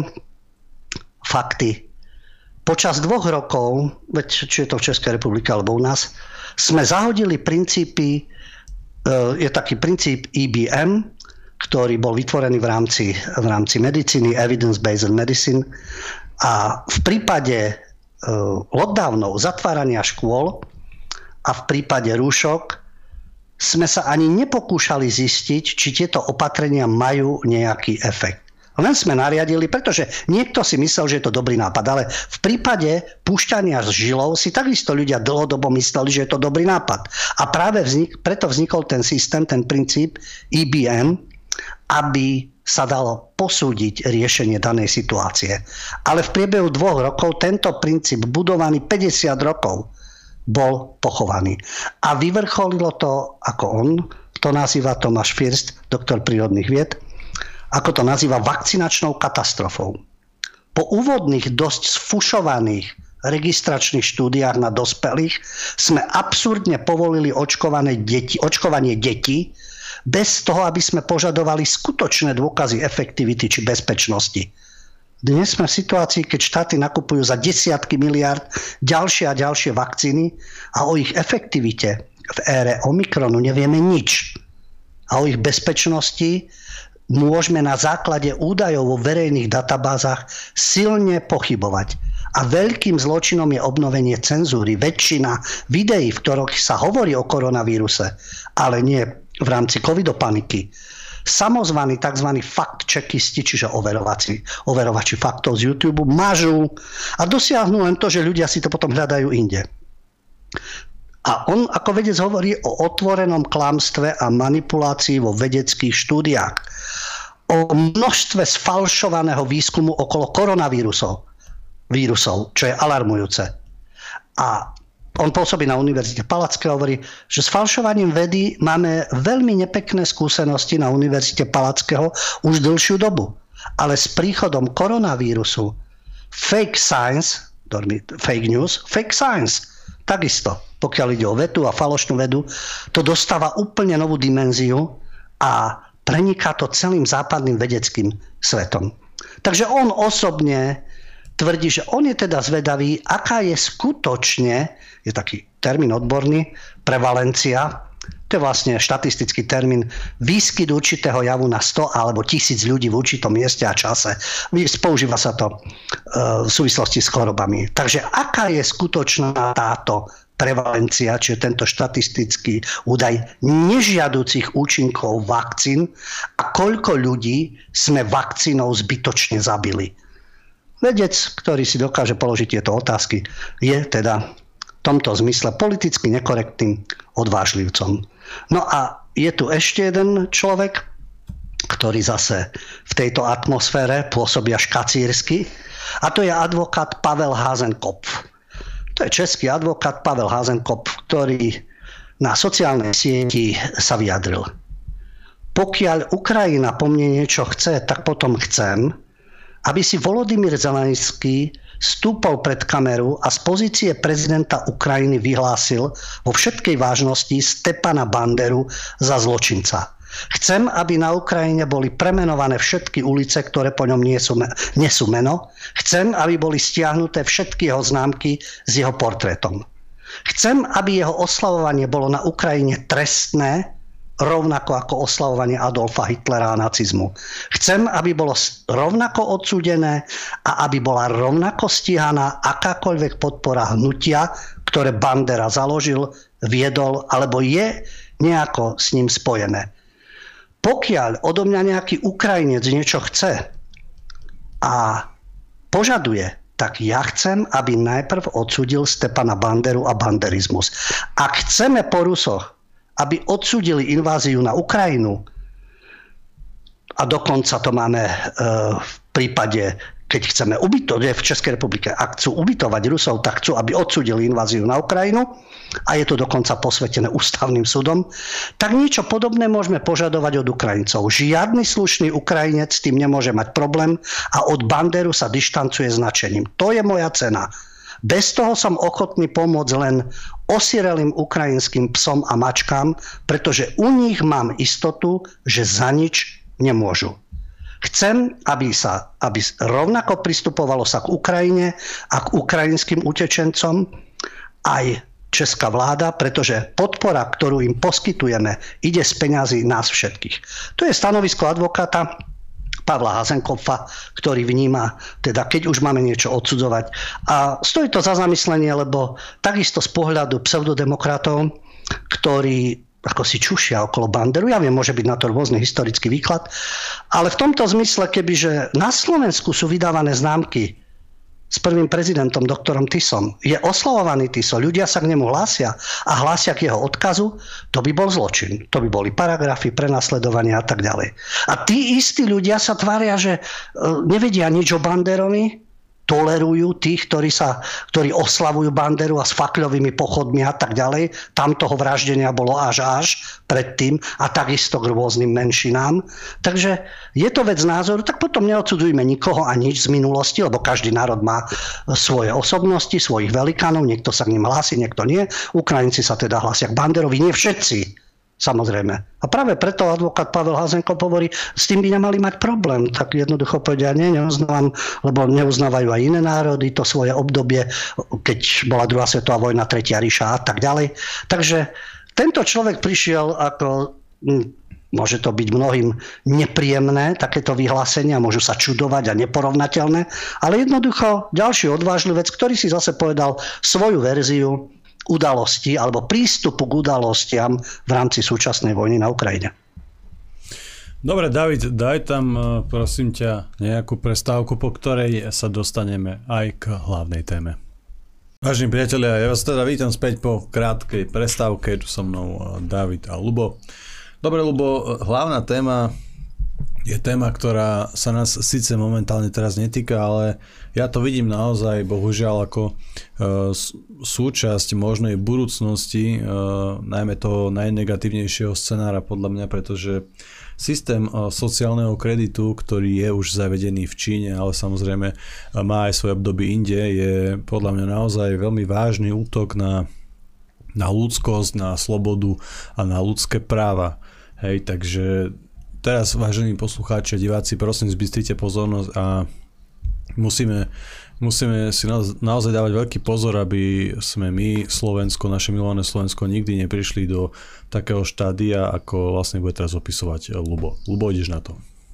fakty, počas dvoch rokov, veď či je to v Českej republike alebo u nás, sme zahodili princípy, je taký princíp E B M, ktorý bol vytvorený v rámci, v rámci medicíny, Evidence-Based Medicine, a v prípade lockdownov, zatvárania škôl a v prípade rúšok sme sa ani nepokúšali zistiť, či tieto opatrenia majú nejaký efekt. Len sme nariadili, pretože niekto si myslel, že je to dobrý nápad, ale v prípade púšťania z žilov si takisto ľudia dlhodobo mysleli, že je to dobrý nápad. A práve vznik, preto vznikol ten systém, ten princíp E B M, aby sa dalo posúdiť riešenie danej situácie. Ale v priebehu dvoch rokov tento princíp, budovaný päťdesiat rokov, bol pochovaný. A vyvrcholilo to, ako on to nazýva, Tomáš Fürst, doktor prírodných vied, ako to nazýva vakcinačnou katastrofou. Po úvodných dosť sfušovaných registračných štúdiách na dospelých sme absurdne povolili očkované deti, očkovanie detí bez toho, aby sme požadovali skutočné dôkazy efektivity či bezpečnosti. Dnes sme v situácii, keď štáty nakupujú za desiatky miliárd ďalšie a ďalšie vakcíny a o ich efektivite v ére Omikronu nevieme nič. A o ich bezpečnosti môžeme na základe údajov vo verejných databázach silne pochybovať. A veľkým zločinom je obnovenie cenzúry. Väčšina videí, v ktorých sa hovorí o koronavíruse, ale nie v rámci covidopaniky, samozvaní tzv. Fact-checkisti, čiže overovači, overovači faktov z YouTube, mažú a dosiahnu len to, že ľudia si to potom hľadajú inde. A on ako vedec hovorí o otvorenom klamstve a manipulácii vo vedeckých štúdiách, o množstve sfalšovaného výskumu okolo koronavírusov, vírusov, čo je alarmujúce. A on pôsobí na Univerzite Palackého, hovorí, že s falšovaním vedy máme veľmi nepekné skúsenosti na Univerzite Palackého už dlhšiu dobu. Ale s príchodom koronavírusu fake science, fake news, fake science, takisto, pokiaľ ide o vedu a falošnú vedu, to dostáva úplne novú dimenziu a preniká to celým západným vedeckým svetom. Takže on osobne tvrdí, že on je teda zvedavý, aká je skutočne, je taký termín odborný, prevalencia, to je vlastne štatistický termín, výskyt určitého javu na sto alebo tisíc ľudí v určitom mieste a čase. Používa sa to v súvislosti s chorobami. Takže aká je skutočná táto prevalencia, čiže tento štatistický údaj nežiaducich účinkov vakcín a koľko ľudí sme vakcínou zbytočne zabili. Vedec, ktorý si dokáže položiť tieto otázky, je teda v tomto zmysle politicky nekorektným odvážlivcom. No a je tu ešte jeden človek, ktorý zase v tejto atmosfére pôsobí až kacírsky, a to je advokát Pavel Hasenkopf. To je český advokát Pavel Hasenkopf, ktorý na sociálnej sieti sa vyjadril. Pokiaľ Ukrajina po mne niečo chce, tak potom chcem, aby si Volodymyr Zelenský stúpol pred kameru a z pozície prezidenta Ukrajiny vyhlásil vo všetkej vážnosti Stepana Banderu za zločinca. Chcem, aby na Ukrajine boli premenované všetky ulice, ktoré po ňom nesú, nesú meno. Chcem, aby boli stiahnuté všetky jeho známky s jeho portrétom. Chcem, aby jeho oslavovanie bolo na Ukrajine trestné, rovnako ako oslavovanie Adolfa Hitlera a nacizmu. Chcem, aby bolo rovnako odsúdené a aby bola rovnako stíhaná akákoľvek podpora hnutia, ktoré Bandera založil, viedol alebo je nejako s ním spojené. Pokiaľ odo mňa nejaký Ukrajinec niečo chce a požaduje, tak ja chcem, aby najprv odsúdil Stepana Banderu a banderizmus. Ak chceme po Rusoch, aby odsúdili inváziu na Ukrajinu, a dokonca to máme e, v prípade, keď chceme ubytovať v Českej republike, ak chcú ubytovať Rusov, tak chcú, aby odsúdili inváziu na Ukrajinu, a je to dokonca posvetené ústavným súdom, tak niečo podobné môžeme požadovať od Ukrajincov. Žiadny slušný Ukrajinec s tým nemôže mať problém a od Banderu sa dištancuje značením. To je moja cena. Bez toho som ochotný pomôcť len osirelým ukrajinským psom a mačkám, pretože u nich mám istotu, že za nič nemôžu. Chcem, aby sa aby rovnako pristupovalo sa k Ukrajine a k ukrajinským utečencom aj česká vláda, pretože podpora, ktorú im poskytujeme, ide z peňazí nás všetkých. To je stanovisko advokáta Pavla Hasenkopfa, ktorý vníma, teda keď už máme niečo odsudzovať. A stojí to za zamyslenie, lebo takisto z pohľadu pseudodemokratov, ktorí ako si čušia okolo Banderu, ja viem, môže byť na to rôzny historický výklad, ale v tomto zmysle, kebyže na Slovensku sú vydávané známky s prvým prezidentom, doktorom Tisom, je oslavovaný Tiso, ľudia sa k nemu hlásia a hlásia k jeho odkazu, to by bol zločin. To by boli paragrafy, prenasledovania a tak ďalej. A tí istí ľudia sa tvária, že nevedia nič o Banderovi, tolerujú tých, ktorí, sa, ktorí oslavujú Banderu a s fakľovými pochodmi a tak ďalej. Tam toho vraždenia bolo až až predtým a takisto k rôznym menšinám. Takže je to vec názoru, tak potom neodsudzujme nikoho a nič z minulosti, lebo každý národ má svoje osobnosti, svojich velikánov, niekto sa k nim hlási, niekto nie. Ukrajinci sa teda hlásia k Banderovi, nie všetci. Samozrejme. A práve preto advokát Pavel Hasenkopf hovorí, s tým by nemali mať problém. Tak jednoducho povedia, nie, neuznávam, lebo neuznávajú aj iné národy, to svoje obdobie, keď bola druhá svetová vojna, tretia ríša a tak ďalej. Takže tento človek prišiel ako, môže to byť mnohým nepríjemné, takéto vyhlásenia, môžu sa čudovať a neporovnateľné, ale jednoducho ďalší odvážlivec, ktorý si zase povedal svoju verziu udalosti alebo prístupu k udalostiam v rámci súčasnej vojny na Ukrajine. Dobre, David, daj tam, prosím ťa, nejakú prestávku, po ktorej sa dostaneme aj k hlavnej téme. Vážení priatelia, ja vás teda vítam späť po krátkej prestávke, tu so mnou David a Ľubo. Dobre, Ľubo, hlavná téma je téma, ktorá sa nás síce momentálne teraz netýka, ale ja to vidím naozaj, bohužiaľ, ako uh, súčasť možnej budúcnosti, uh, najmä toho najnegatívnejšieho scenára podľa mňa, pretože systém uh, sociálneho kreditu, ktorý je už zavedený v Číne, ale samozrejme uh, má aj svoje obdobie inde, je podľa mňa naozaj veľmi vážny útok na, na ľudskosť, na slobodu a na ľudské práva. Hej, takže teraz, vážení poslucháči a diváci, prosím, zbystrite pozornosť a musíme, musíme si naozaj dávať veľký pozor, aby sme my, Slovensko, naše milované Slovensko, nikdy neprišli do takého štádia, ako vlastne bude teraz opisovať Ľubo. Ľubo, ideš na to.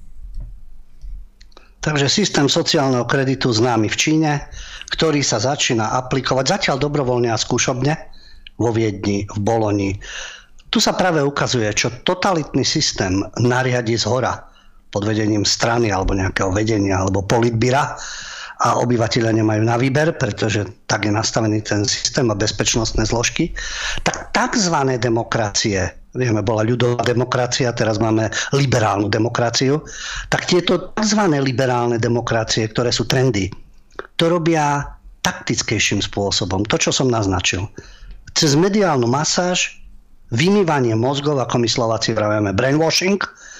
Takže systém sociálneho kreditu známy v Číne, ktorý sa začína aplikovať zatiaľ dobrovoľne a skúšobne vo Viedni, v Boloni. Tu sa práve ukazuje, čo totalitný systém nariadi zhora pod vedením strany alebo nejakého vedenia alebo politbyra a obyvateľia nemajú na výber, pretože tak je nastavený ten systém a bezpečnostné zložky, tak takzvané demokracie, vieme, bola ľudová demokracia, teraz máme liberálnu demokraciu, tak tieto takzvané liberálne demokracie, ktoré sú trendy, to robia taktickejším spôsobom. To, čo som naznačil. Cez mediálnu masáž, vymývanie mozgov, ako my Slováci vravíme brainwashing,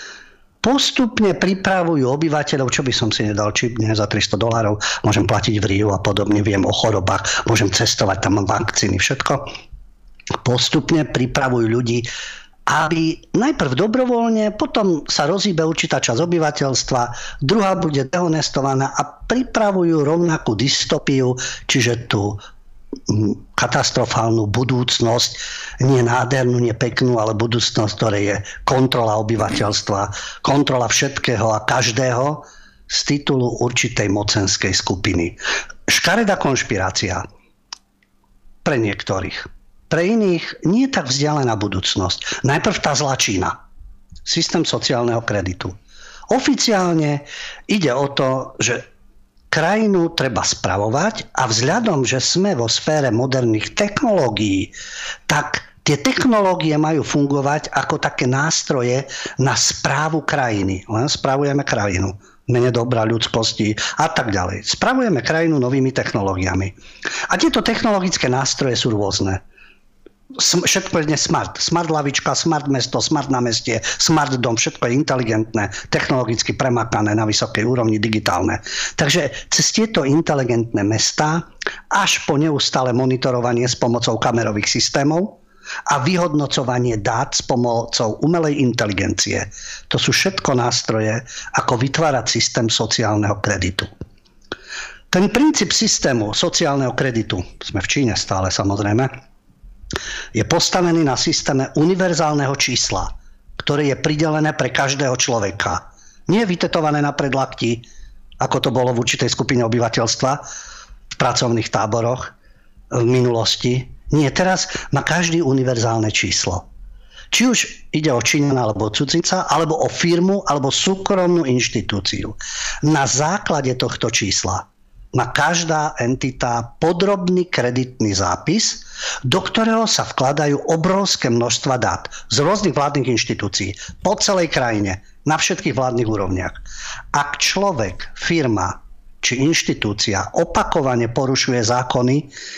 postupne pripravujú obyvateľov, čo by som si nedal čip, nie za tristo dolárov, môžem platiť v Riu a podobne, viem o chorobách, môžem cestovať, tam mám vakcíny, všetko. Postupne pripravujú ľudí, aby najprv dobrovoľne, potom sa rozhýbe určitá časť obyvateľstva, druhá bude dehonestovaná a pripravujú rovnakú dystopiu, čiže tú katastrofálnu budúcnosť, nie nádhernú, nie peknú, ale budúcnosť, ktorej je kontrola obyvateľstva, kontrola všetkého a každého z titulu určitej mocenskej skupiny. Škaredá konšpirácia pre niektorých. Pre iných nie tak vzdialená budúcnosť. Najprv tá zlá Čína. Systém sociálneho kreditu. Oficiálne ide o to, že krajinu treba spravovať a vzhľadom, že sme vo sfére moderných technológií, tak tie technológie majú fungovať ako také nástroje na správu krajiny. Len spravujeme krajinu. Mene dobra, ľudskosti a tak ďalej. Spravujeme krajinu novými technológiami. A tieto technologické nástroje sú rôzne. Všetko je smart. Smart lavička, smart mesto, smart námestie, smart dom, všetko je inteligentné, technologicky premakané na vysokej úrovni, digitálne. Takže cez tieto inteligentné mestá až po neustále monitorovanie s pomocou kamerových systémov a vyhodnocovanie dát s pomocou umelej inteligencie. To sú všetko nástroje, ako vytvárať systém sociálneho kreditu. Ten princíp systému sociálneho kreditu, sme v Číne stále samozrejme, je postavený na systéme univerzálneho čísla, ktoré je pridelené pre každého človeka. Nie je vytetované na predlakti, ako to bolo v určitej skupine obyvateľstva v pracovných táboroch v minulosti. Nie, teraz má každý univerzálne číslo. Či už ide o Číňana alebo cudzinca, alebo o firmu, alebo súkromnú inštitúciu. Na základe tohto čísla má každá entita podrobný kreditný zápis, do ktorého sa vkladajú obrovské množstva dát z rôznych vládnych inštitúcií po celej krajine, na všetkých vládnych úrovniach. Ak človek, firma či inštitúcia opakovane porušuje zákony,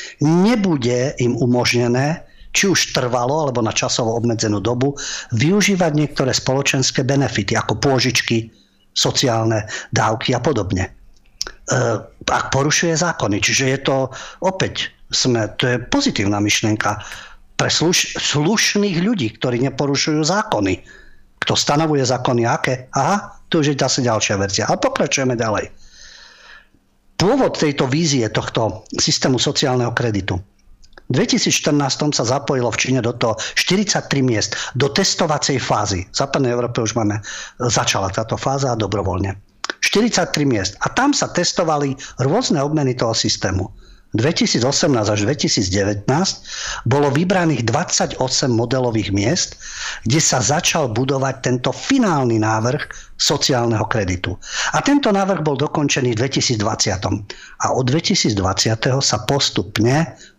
nebude im umožnené, či už trvalo alebo na časovo obmedzenú dobu, využívať niektoré spoločenské benefity, ako pôžičky, sociálne dávky a podobne. Ak porušuje zákony. Čiže je to opäť, sme, to je pozitívna myšlienka pre sluš, slušných ľudí, ktorí neporušujú zákony. Kto stanovuje zákony aké? Aha, to už je zase ďalšia verzia. A pokračujeme ďalej. Pôvod tejto vízie, tohto systému sociálneho kreditu. V dvetisícštrnásť sa zapojilo v Číne do toho štyridsaťtri miest do testovacej fázy. V západnej Európe už máme, začala táto fáza dobrovoľne. štyridsaťtri miest. A tam sa testovali rôzne obmeny toho systému. dvetisícosemnásť až dvetisícdevätnásť bolo vybraných dvadsaťosem modelových miest, kde sa začal budovať tento finálny návrh sociálneho kreditu. A tento návrh bol dokončený v dvetisícdvadsať. A od dvetisícdvadsať sa postupne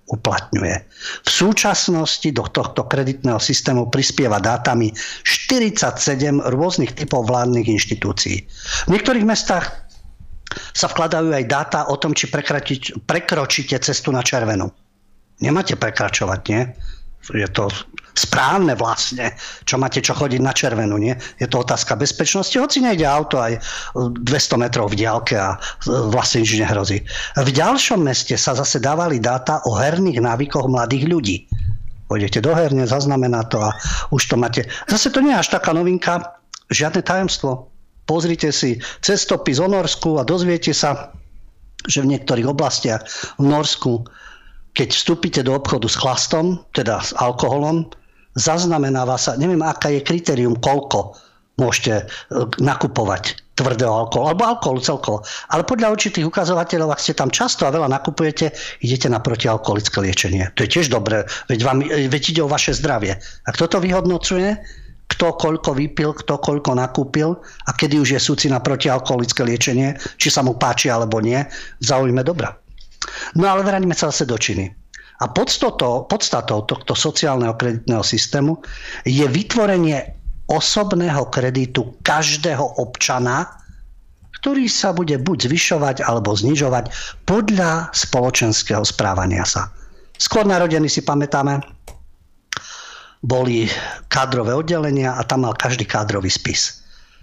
uplatňuje. V súčasnosti do tohto kreditného systému prispieva dátami štyridsaťsedem rôznych typov vládnych inštitúcií. V niektorých mestách sa vkladajú aj dáta o tom, či prekročíte cestu na červenú. Nemáte prekračovať, nie? Je to správne vlastne, čo máte čo chodiť na červenú, nie? Je to otázka bezpečnosti, hoci nejde auto aj dvesto metrov v diaľke a vlastne nič nehrozí. V ďalšom meste sa zase dávali dáta o herných návykoch mladých ľudí. Pôjdete do herne, zaznamená to a už to máte. Zase to nie je až taká novinka, žiadne tajomstvo. Pozrite si cestopis o Norsku a dozviete sa, že v niektorých oblastiach v Norsku, keď vstúpite do obchodu s chlastom, teda s alkoholom, zaznamenáva sa, neviem, aká je kritérium, koľko môžete nakupovať tvrdého alkoholu, alebo alkoholu celkovo. Ale podľa určitých ukazovateľov, ak ste tam často a veľa nakupujete, idete na protialkoholické liečenie. To je tiež dobré, veď, vám, veď ide o vaše zdravie. A kto to vyhodnocuje? Kto koľko vypil, kto koľko nakúpil a kedy už je súci na protialkoholické liečenie, či sa mu páči alebo nie, v záujme dobra. No ale vráťme sa zase do Číny. A podstatou, podstatou tohto sociálneho kreditného systému je vytvorenie osobného kreditu každého občana, ktorý sa bude buď zvyšovať alebo znižovať podľa spoločenského správania sa. Skôr narodení si pamätáme, boli kádrové oddelenia a tam mal každý kádrový spis.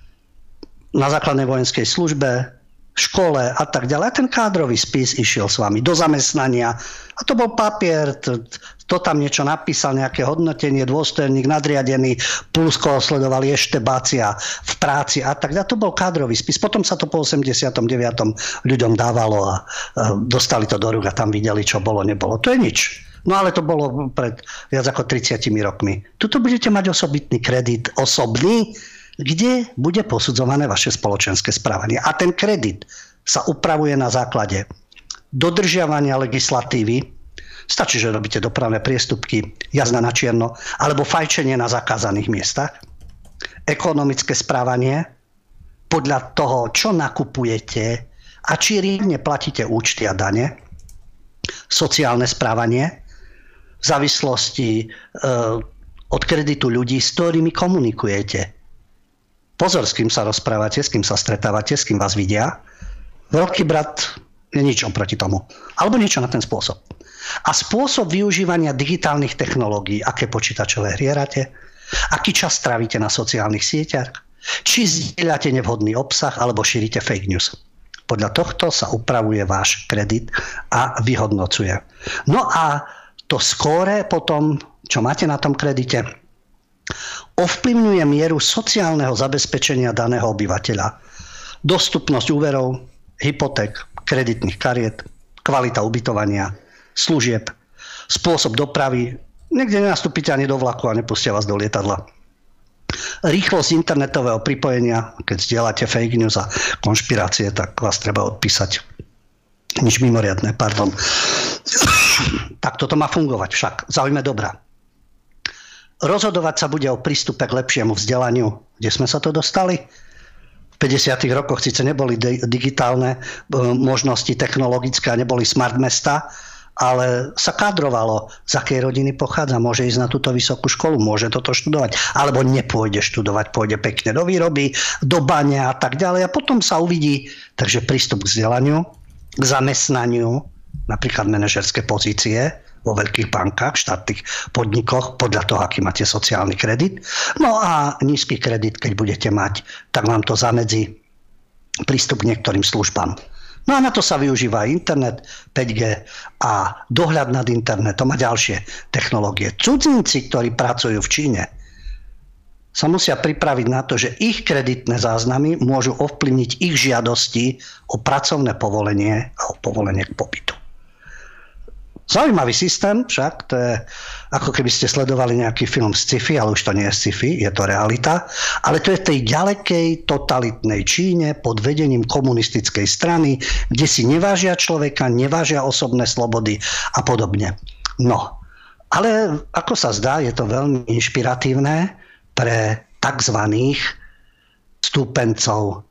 Na základnej vojenskej službe, škole a tak ďalej. A ten kádrový spis išiel s vami do zamestnania a to bol papier, to, to tam niečo napísal, nejaké hodnotenie, dôstojník, nadriadený, plus koho sledovali eštebácia v práci a tak ďalej. To bol kádrový spis. Potom sa to po osemdesiatom deviatom ľuďom dávalo a dostali to do rúk a tam videli, čo bolo, nebolo. To je nič. No ale to bolo pred viac ako tridsiatimi rokmi. Tuto budete mať osobitný kredit, osobný, kde bude posudzované vaše spoločenské správanie. A ten kredit sa upravuje na základe dodržiavania legislatívy. Stačí, že robíte dopravné priestupky, jazda na čierno, alebo fajčenie na zakázaných miestach. Ekonomické správanie podľa toho, čo nakupujete a či riadne platíte účty a dane. Sociálne správanie v závislosti e, od kreditu ľudí, s ktorými komunikujete. Pozor, s kým sa rozprávate, s kým sa stretávate, s kým vás vidia. Veľký brat je nič oproti tomu. Alebo niečo na ten spôsob. A spôsob využívania digitálnych technológií, aké počítačové hry hráte, aký čas trávite na sociálnych sieťach, či zdieľate nevhodný obsah, alebo šírite fake news. Podľa tohto sa upravuje váš kredit a vyhodnocuje. No a to skóre potom, čo máte na tom kredite, ovplyvňuje mieru sociálneho zabezpečenia daného obyvateľa. Dostupnosť úverov, hypoték, kreditných kariet, kvalita ubytovania, služieb, spôsob dopravy. Niekde nenastúpite ani do vlaku a nepustia vás do lietadla. Rýchlosť internetového pripojenia, keď zdieľate fake news a konšpirácie, tak vás treba odpísať. Nič mimoriadne, pardon. Tak toto má fungovať však. Zaujme dobrá. Rozhodovať sa bude o prístupe k lepšiemu vzdelaniu. Kde sme sa to dostali? V päťdesiatych rokoch síce neboli digitálne možnosti technologické a neboli smart mesta, ale sa kádrovalo, z akej rodiny pochádza, môže ísť na túto vysokú školu, môže toto študovať, alebo nepôjde študovať, pôjde pekne do výroby, do bane a tak ďalej a potom sa uvidí. Takže prístup k vzdelaniu, k zamestnaniu, napríklad manažerské pozície vo veľkých bankách, štátnych podnikoch, podľa toho, aký máte sociálny kredit. No a nízky kredit, keď budete mať, tak vám to zamedzí prístup k niektorým službám. No a na to sa využíva internet, päť gé a dohľad nad internetom a ďalšie technológie. Cudzinci, ktorí pracujú v Číne, sa musia pripraviť na to, že ich kreditné záznamy môžu ovplyvniť ich žiadosti o pracovné povolenie a o povolenie k pobytu. Zaujímavý systém, však to je ako keby ste sledovali nejaký film z sci-fi, ale už to nie je sci-fi, je to realita. Ale to je v tej ďalekej totalitnej Číne pod vedením komunistickej strany, kde si nevážia človeka, nevážia osobné slobody a podobne. No, ale ako sa zdá, je to veľmi inšpiratívne pre takzvaných stúpencov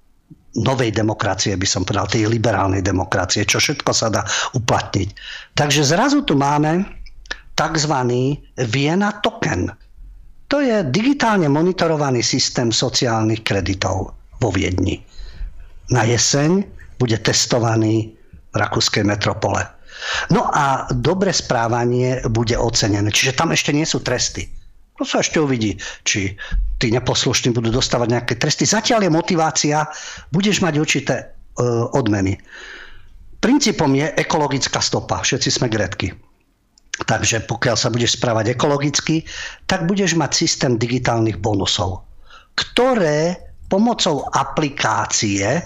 novej demokracie, by som povedal, tej liberálnej demokracie, čo všetko sa dá uplatniť. Takže zrazu tu máme takzvaný Vienna token. To je digitálne monitorovaný systém sociálnych kreditov vo Viedni. Na jeseň bude testovaný v rakúskej metropole. No a dobre správanie bude ocenené. Čiže tam ešte nie sú tresty. To sa ešte uvidí, či tí neposlušní budú dostávať nejaké tresty. Zatiaľ je motivácia, budeš mať určité e, odmeny. Princípom je ekologická stopa. Všetci sme grédky. Takže pokiaľ sa budeš správať ekologicky, tak budeš mať systém digitálnych bonusov, ktoré pomocou aplikácie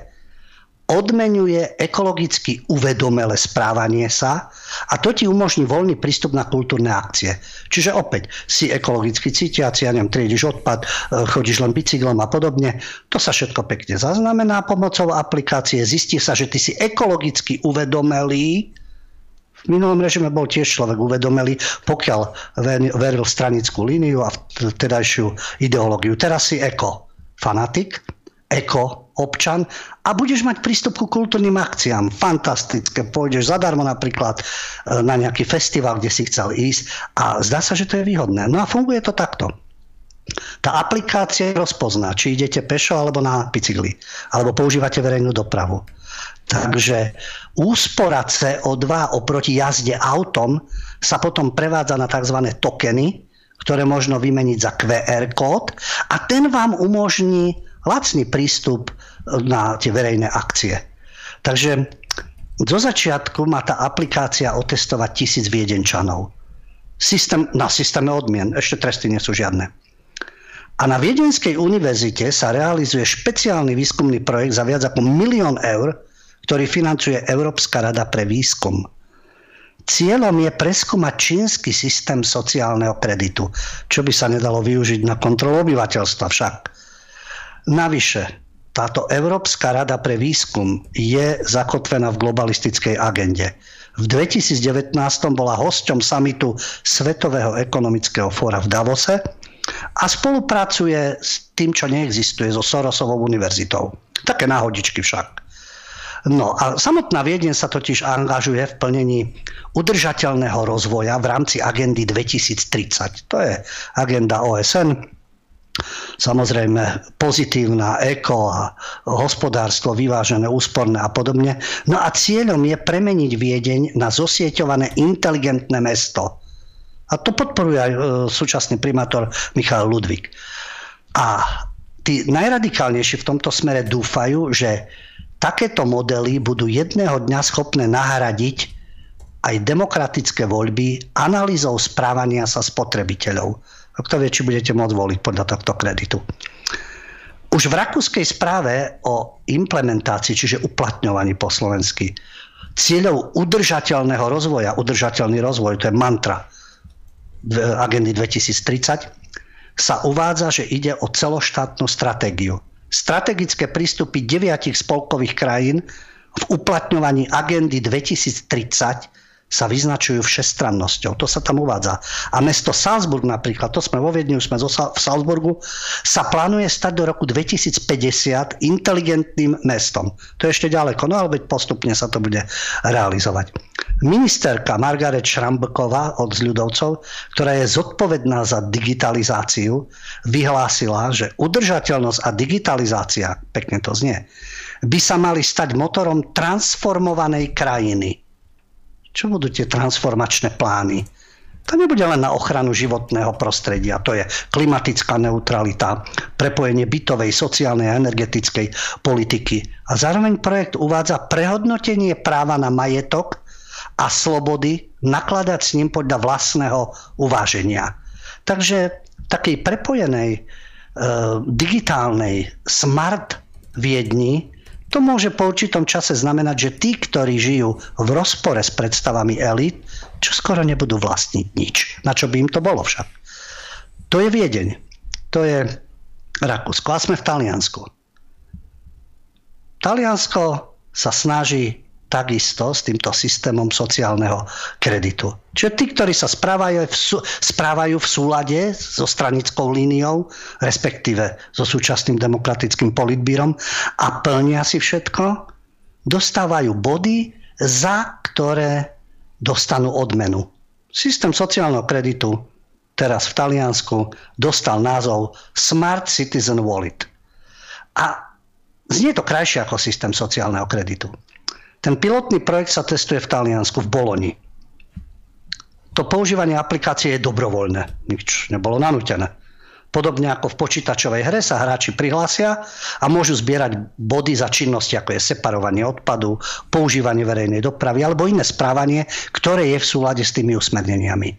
odmenuje ekologicky uvedomelé správanie sa a to ti umožní voľný prístup na kultúrne akcie. Čiže opäť si ekologicky cítiaci, ja neviem, triediš odpad, chodíš len bicyklom a podobne. To sa všetko pekne zaznamená pomocou aplikácie. Zistí sa, že ty si ekologicky uvedomelý. V minulom režime bol tiež človek uvedomelý, pokiaľ veril v stranickú líniu a v tedajšiu ideológiu. Teraz si eko fanatik, eko občan a budeš mať prístup ku kultúrnym akciám. Fantastické. Pôjdeš zadarmo napríklad na nejaký festival, kde si chcel ísť a zdá sa, že to je výhodné. No a funguje to takto. Tá aplikácia rozpozná, či idete pešo alebo na bicykli, alebo používate verejnú dopravu. Takže úspora cé o dva oproti jazde autom sa potom prevádza na tzv. Tokeny, ktoré možno vymeniť za kvé er kód a ten vám umožní lacný prístup na tie verejné akcie. Takže zo začiatku má tá aplikácia otestovať tisíc Viedenčanov. Systém, na systéme odmien, ešte tresty nie sú žiadne. A na Viedenskej univerzite sa realizuje špeciálny výskumný projekt za viac ako milión eur, ktorý financuje Európska rada pre výskum. Cieľom je preskúmať čínsky systém sociálneho kreditu, čo by sa nedalo využiť na kontrolu obyvateľstva však. Navyše, táto Európska rada pre výskum je zakotvená v globalistickej agende. V dvetisícdevätnásť bola hosťom samitu Svetového ekonomického fóra v Davose a spolupracuje s tým, čo neexistuje, so Sorosovou univerzitou. Také náhodičky však. No a samotná Viedeň sa totiž angažuje v plnení udržateľného rozvoja v rámci agendy dvetisíctridsať. To je agenda ó es en. Samozrejme pozitívna, eko a hospodárstvo, vyvážené, úsporné a podobne. No a cieľom je premeniť Viedeň na zosieťované inteligentné mesto. A to podporuje aj e, súčasný primátor Michal Ludvík. A tí najradikálnejší v tomto smere dúfajú, že takéto modely budú jedného dňa schopné nahradiť aj demokratické voľby analýzou správania sa spotrebiteľov. Kto vie, či budete môcť voliť podľa tohto kreditu. Už v rakúskej správe o implementácii, čiže uplatňovaní po slovensky, cieľov udržateľného rozvoja, udržateľný rozvoj, to je mantra agendy dvetisíctridsať, sa uvádza, že ide o celoštátnu stratégiu. Strategické prístupy deviatich spolkových krajín v uplatňovaní agendy dvetisíctridsať sa vyznačujú všestrannosťou. To sa tam uvádza. A mesto Salzburg napríklad, to sme vo Viedni, už sme v Salzburgu, sa plánuje stať do roku dvetisícpäťdesiat inteligentným mestom. To je ešte ďaleko, no ale postupne sa to bude realizovať. Ministerka Margaret Šrambková od Ľudovcov, ktorá je zodpovedná za digitalizáciu, vyhlásila, že udržateľnosť a digitalizácia, pekne to znie, by sa mali stať motorom transformovanej krajiny. Čo budú tie transformačné plány? To nebude len na ochranu životného prostredia. To je klimatická neutralita, prepojenie bytovej, sociálnej a energetickej politiky. A zároveň projekt uvádza prehodnotenie práva na majetok a slobody nakladať s ním podľa vlastného uváženia. Takže v takej prepojenej e, digitálnej smart Viedni to môže po určitom čase znamenať, že tí, ktorí žijú v rozpore s predstavami elít, čo skoro nebudú vlastniť nič. Na čo by im to bolo však? To je Viedeň. To je Rakúsko. A sme v Taliansku. Taliansko sa snaží takisto s týmto systémom sociálneho kreditu. Čiže tí, ktorí sa správajú v, sú, správajú v súlade so stranickou líniou, respektíve so súčasným demokratickým politbírom a plnia si všetko, dostávajú body, za ktoré dostanú odmenu. Systém sociálneho kreditu teraz v Taliansku dostal názov Smart Citizen Wallet. A znie to krajšie ako systém sociálneho kreditu. Ten pilotný projekt sa testuje v Taliansku, v Boloni. To používanie aplikácie je dobrovoľné. Nič nebolo nanútené. Podobne ako v počítačovej hre sa hráči prihlásia a môžu zbierať body za činnosti, ako je separovanie odpadu, používanie verejnej dopravy alebo iné správanie, ktoré je v súlade s tými usmerneniami.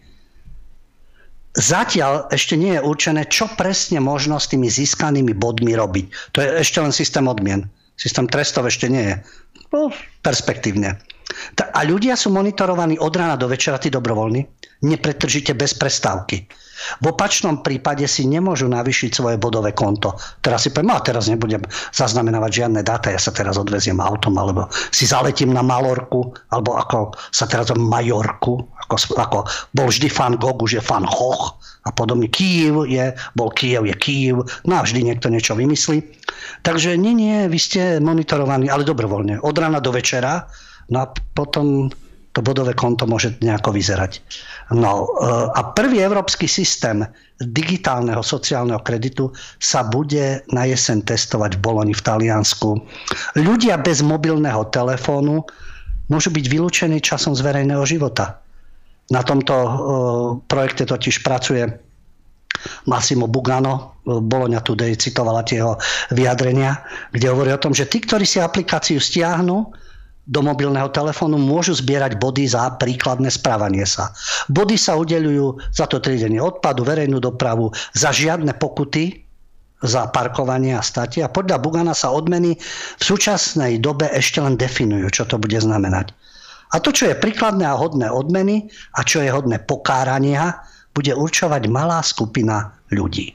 Zatiaľ ešte nie je určené, čo presne možno s tými získanými bodmi robiť. To je ešte len systém odmien. Systém trestov ešte nie je. No, perspektívne. A ľudia sú monitorovaní od rána do večera, tí dobrovoľní, nepretržite bez prestávky. V opačnom prípade si nemôžu navýšiť svoje bodové konto. Teraz si poviem, a teraz nebudem zaznamenávať žiadne dáta, ja sa teraz odveziem autom, alebo si zaletím na Malorku, alebo ako sa teraz Majorku, ako, ako bol vždy fan Gogh, už je fan Hoch a podobne. Kyjev je, bol Kyjev, je Kyjev, no a vždy niekto niečo vymyslí. Takže nie, nie, vy ste monitorovaní, ale dobrovoľne, od rána do večera, no a potom to bodové konto môže nejako vyzerať. No a prvý európsky systém digitálneho sociálneho kreditu sa bude na jeseň testovať v Boloni v Taliansku. Ľudia bez mobilného telefónu môžu byť vylúčení časom z verejného života. Na tomto projekte totiž pracuje Massimo Bugano, Bologna Today citovala tie jeho vyjadrenia, kde hovorí o tom, že tí, ktorí si aplikáciu stiahnu do mobilného telefónu, môžu zbierať body za príkladné správanie sa. Body sa udeľujú za to triedenie odpadu, verejnú dopravu, za žiadne pokuty, za parkovanie a státie. A podľa Bugana sa odmeny v súčasnej dobe ešte len definujú, čo to bude znamenať. A to, čo je príkladné a hodné odmeny a čo je hodné pokárania, bude určovať malá skupina ľudí.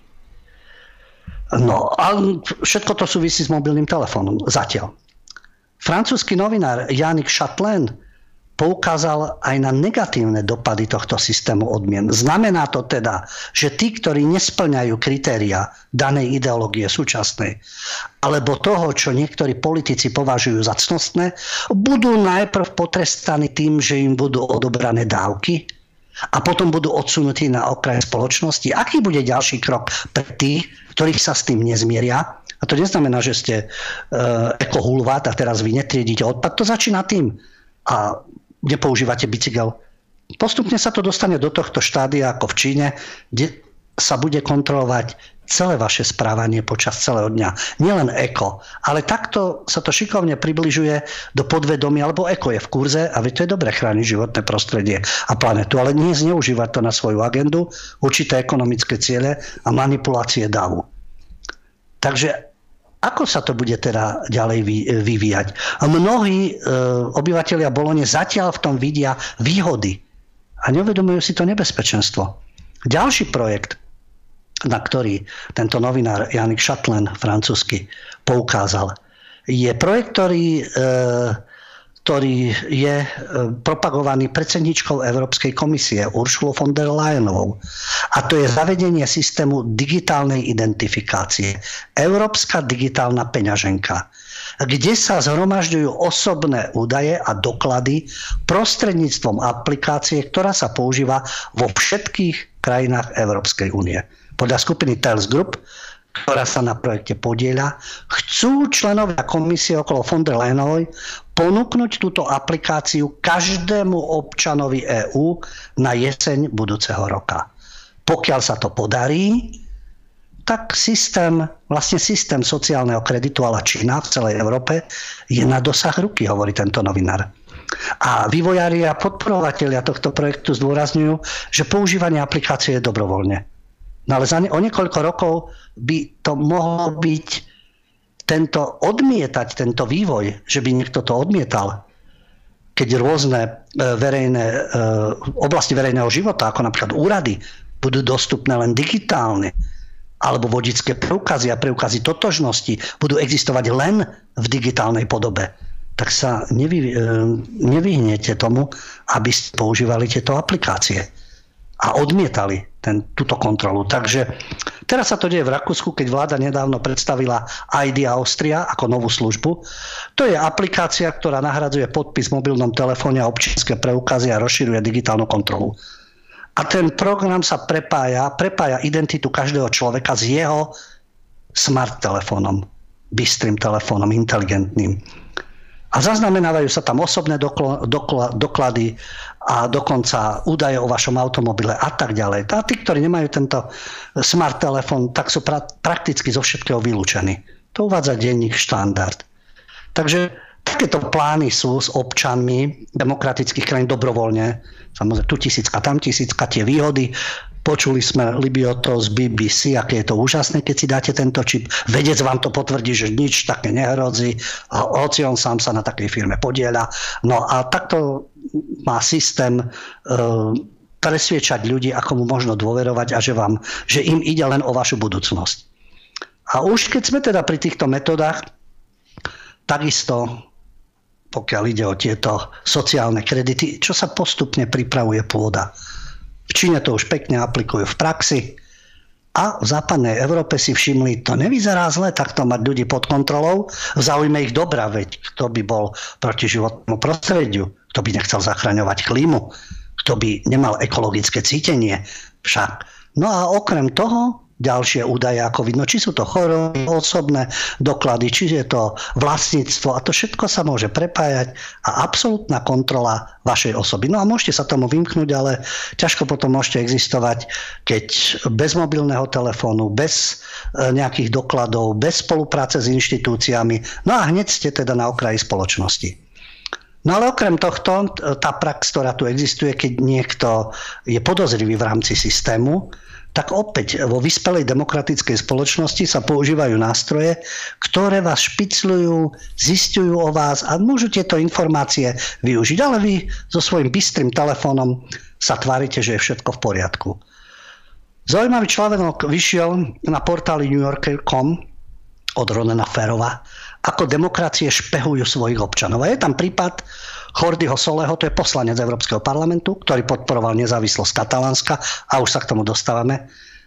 No a všetko to súvisí s mobilným telefónom zatiaľ. Francúzsky novinár Yannick Chatelain poukázal aj na negatívne dopady tohto systému odmien. Znamená to teda, že tí, ktorí nesplňajú kritéria danej ideológie súčasnej, alebo toho, čo niektorí politici považujú za cnostné, budú najprv potrestaní tým, že im budú odobrané dávky a potom budú odsunutí na okraj spoločnosti. Aký bude ďalší krok pre tých, ktorých sa s tým nezmieria? A to neznamená, že ste uh, ekohulvát a teraz vy netriedíte odpad. To začína tým. A nepoužívate bicykel. Postupne sa to dostane do tohto štádia ako v Číne, kde sa bude kontrolovať celé vaše správanie počas celého dňa. Nielen eko, ale takto sa to šikovne približuje do podvedomia, alebo eko je v kurze a to je dobre chrániť životné prostredie a planetu, ale nie zneužívať to na svoju agendu, určité ekonomické ciele a manipulácie davu. Takže ako sa to bude teda ďalej vyvíjať? A mnohí e, obyvatelia Bolone zatiaľ v tom vidia výhody a neuvedomujú si to nebezpečenstvo. Ďalší projekt, na ktorý tento novinár Yannick Chatelain francúzsky poukázal, je projekt, ktorý, e, ktorý je propagovaný predsedničkou Európskej komisie Ursulou von der Leyenovou. A to je zavedenie systému digitálnej identifikácie. Európska digitálna peňaženka, kde sa zhromažďujú osobné údaje a doklady prostredníctvom aplikácie, ktorá sa používa vo všetkých krajinách Európskej únie. Podľa skupiny Thales Group, ktorá sa na projekte podieľa, chcú členovia komisie okolo von der Leyenovej ponúknuť túto aplikáciu každému občanovi EÚ na jeseň budúceho roka. Pokiaľ sa to podarí, tak systém, vlastne systém sociálneho kreditu a la Čína v celej Európe je na dosah ruky, hovorí tento novinár. A vývojári a podporovatelia tohto projektu zdôrazňujú, že používanie aplikácie je dobrovoľne. No ale za ne, o niekoľko rokov by to mohlo byť tento odmietať, tento vývoj, že by niekto to odmietal, keď rôzne verejné, oblasti verejného života, ako napríklad úrady, budú dostupné len digitálne, alebo vodičské preukazy a preukazy totožnosti budú existovať len v digitálnej podobe, tak sa nevy, nevyhnete tomu, aby ste používali tieto aplikácie a odmietali ten, túto kontrolu. Takže teraz sa to deje v Rakúsku, keď vláda nedávno predstavila í dé Austria ako novú službu. To je aplikácia, ktorá nahradzuje podpis v mobilnom telefóne a občianske preukazy a rozširuje digitálnu kontrolu. A ten program sa prepája, prepája identitu každého človeka s jeho smart telefónom, bystrým telefónom, inteligentným. A zaznamenávajú sa tam osobné dokl- dokl- doklady a dokonca údaje o vašom automobile a tak ďalej. A tí, ktorí nemajú tento smart telefón, tak sú pra- prakticky zo všetkého vylúčení. To uvádza denník Štandard. Takže takéto plány sú s občanmi demokratických krajín dobrovoľne. Samozrejme, tu tisícka, tam tisícka, tie výhody. Počuli sme Libioto z bé bé cé, aké je to úžasné, keď si dáte tento čip. Vedec vám to potvrdí, že nič také nehrozí. Hoci on sám sa na takej firme podieľa. No a takto má systém e, presviečať ľudí, ako mu možno dôverovať a že, vám, že im ide len o vašu budúcnosť. A už keď sme teda pri týchto metodách, takisto pokiaľ ide o tieto sociálne kredity, čo sa postupne pripravuje pôda. V Číne to už pekne aplikujú v praxi a v západnej Európe si všimli, to nevyzerá zle, takto mať ľudí pod kontrolou, v záujme ich dobra, veď kto by bol proti životnému prostrediu, kto by nechcel zachraňovať klímu, kto by nemal ekologické cítenie však. No a okrem toho ďalšie údaje, ako vidno, či sú to choroby, osobné doklady, či je to vlastníctvo a to všetko sa môže prepájať a absolútna kontrola vašej osoby. No a môžete sa tomu vymknúť, ale ťažko potom môžete existovať, keď bez mobilného telefónu, bez nejakých dokladov, bez spolupráce s inštitúciami, no a hneď ste teda na okraji spoločnosti. No ale okrem tohto, tá prax, ktorá tu existuje, keď niekto je podozrivý v rámci systému, tak opäť vo vyspelej demokratickej spoločnosti sa používajú nástroje, ktoré vás špicľujú, zisťujú o vás a môžu tieto informácie využiť. Ale vy so svojím bystrým telefónom sa tvárite, že je všetko v poriadku. Zaujímavý článok vyšiel na portáli New Yorker bodka com od Ronana Ferrova, ako demokracie špehujú svojich občanov. A je tam prípad Jordiho Soleho, to je poslanec Európskeho parlamentu, ktorý podporoval nezávislosť Katalánska a už sa k tomu dostávame.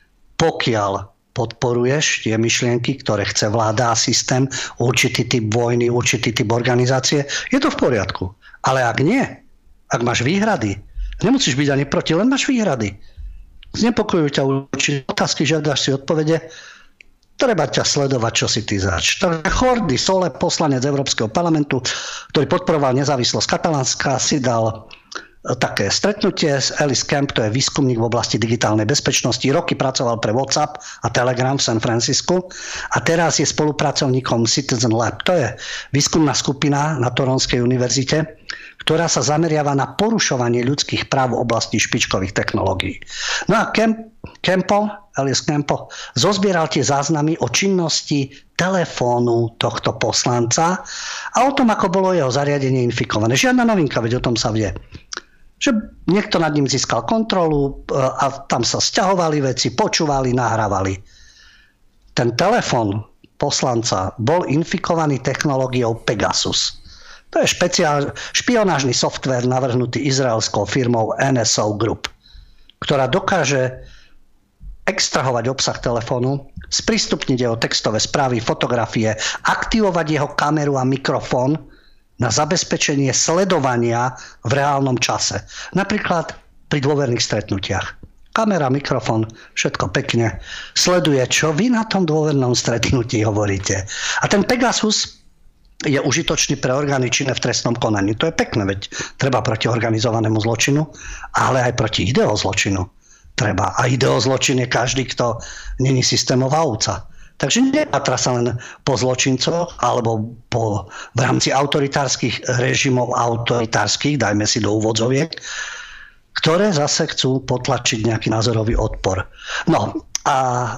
Pokiaľ podporuješ tie myšlienky, ktoré chce vláda a systém, určitý typ vojny, určitý typ organizácie, je to v poriadku. Ale ak nie, ak máš výhrady, nemusíš byť ani proti, len máš výhrady. Znepokojujú ťa určité otázky, žiadaš si odpovede, treba ťa sledovať, čo si ty zač. Jordi Sole, poslanec Európskeho parlamentu, ktorý podporoval nezávislosť Katalánska, si dal také stretnutie s Ellis Camp, to je výskumník v oblasti digitálnej bezpečnosti. Roky pracoval pre WhatsApp a Telegram v San Francisku a teraz je spolupracovníkom Citizen Lab. To je výskumná skupina na Toronskej univerzite, ktorá sa zameriava na porušovanie ľudských práv v oblasti špičkových technológií. No a Camp, Campbell, Elias Campbell, zozbieral tie záznamy o činnosti telefónu tohto poslanca a o tom, ako bolo jeho zariadenie infikované. Žiadna novinka, veď o tom sa vie. Že niekto nad ním získal kontrolu a tam sa sťahovali veci, počúvali, nahrávali. Ten telefón poslanca bol infikovaný technológiou Pegasus. To je špeciál, špionážny softvér navrhnutý izraelskou firmou en es ó Group, ktorá dokáže extrahovať obsah telefónu, sprístupniť jeho textové správy, fotografie, aktivovať jeho kameru a mikrofón na zabezpečenie sledovania v reálnom čase. Napríklad pri dôverných stretnutiach. Kamera, mikrofón, všetko pekne sleduje, čo vy na tom dôvernom stretnutí hovoríte. A ten Pegasus je užitočný pre orgány činné v trestnom konaní. To je pekné, veď treba proti organizovanému zločinu, ale aj proti ideozločinu treba. A ideozločin je každý, kto není systémová ovca. Takže nepatra sa len po zločincoch alebo po, v rámci autoritárskych režimov autoritárskych, dajme si do úvodzoviek, ktoré zase chcú potlačiť nejaký názorový odpor. No a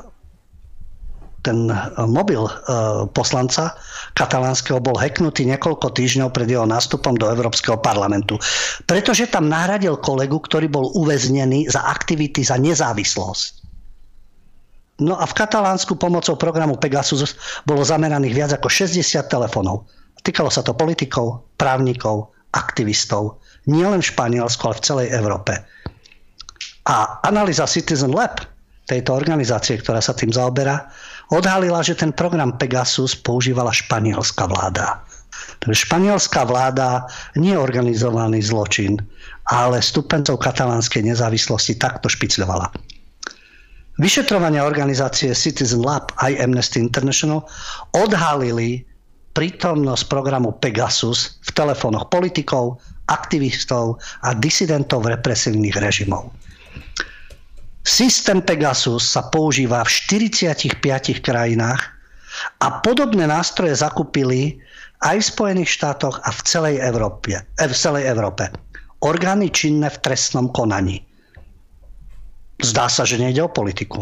ten mobil e, poslanca katalánskeho bol hacknutý niekoľko týždňov pred jeho nástupom do Európskeho parlamentu. Pretože tam nahradil kolegu, ktorý bol uväznený za aktivity za nezávislosť. No a v Katalánsku pomocou programu Pegasus bolo zameraných viac ako šesťdesiat telefónov. Týkalo sa to politikov, právnikov, aktivistov, nielen v Španielsku, ale v celej Európe. A analýza Citizen Lab, tejto organizácie, ktorá sa tým zaoberá, odhalila, že ten program Pegasus používala španielská vláda. Takže španielská vláda nie je organizovaný zločin, ale stupencov katalánskej nezávislosti takto špicľovala. Vyšetrovania organizácie Citizen Lab aj Amnesty International odhalili prítomnosť programu Pegasus v telefónoch politikov, aktivistov a disidentov represívnych režimov. Systém Pegasus sa používa v štyridsiatich piatich krajinách a podobné nástroje zakúpili aj v Spojených štátoch a v celej Európe. Eh, v celej Európe. Orgány činné v trestnom konaní. Zdá sa, že nejde o politiku.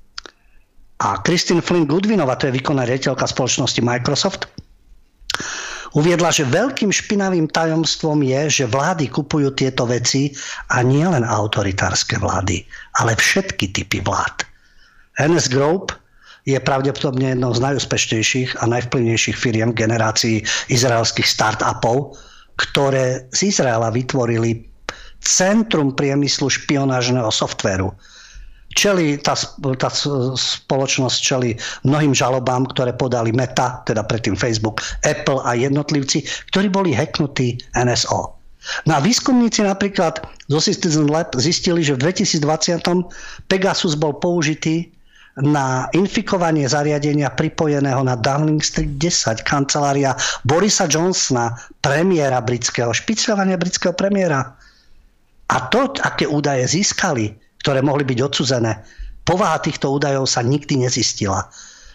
A Christine Flynn Goodwinová, to je výkonná riaditeľka spoločnosti Microsoft, uviedla, že veľkým špinavým tajomstvom je, že vlády kupujú tieto veci a nie len autoritárske vlády, ale všetky typy vlád. en es Group je pravdepodobne jednou z najúspešnejších a najvplyvnejších firiem generácií izraelských start-upov, ktoré z Izraela vytvorili centrum priemyslu špionážneho softvéru. Čeli, tá, tá spoločnosť čeli mnohým žalobám, ktoré podali Meta, teda predtým Facebook, Apple a jednotlivci, ktorí boli hacknutí en es ó. No a výskumníci napríklad zo Citizen Lab zistili, že v dvetisícdvadsať Pegasus bol použitý na infikovanie zariadenia pripojeného na Downing Street desať, kancelária Borisa Johnsona, premiéra britského, špicľovania britského premiéra. A to, aké údaje získali, ktoré mohli byť odsúzené, povaha týchto údajov sa nikdy nezistila.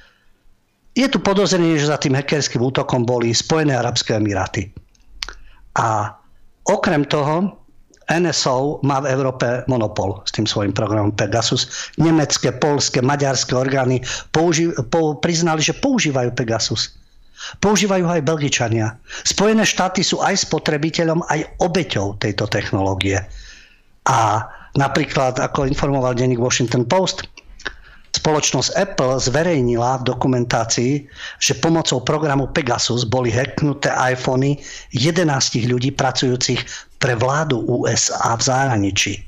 Je tu podozrenie, že za tým hackerským útokom boli Spojené arabské emiráty. A okrem toho en es ó má v Európe monopol s tým svojím programom Pegasus. Nemecké, poľské, maďarské orgány použi- po- priznali, že používajú Pegasus. Používajú aj Belgičania. Spojené štáty sú aj spotrebiteľom, aj obeťou tejto technológie. A napríklad, ako informoval denník Washington Post, spoločnosť Apple zverejnila v dokumentácii, že pomocou programu Pegasus boli hacknuté iPhony jedenásť ľudí pracujúcich pre vládu ú es á v zahraničí.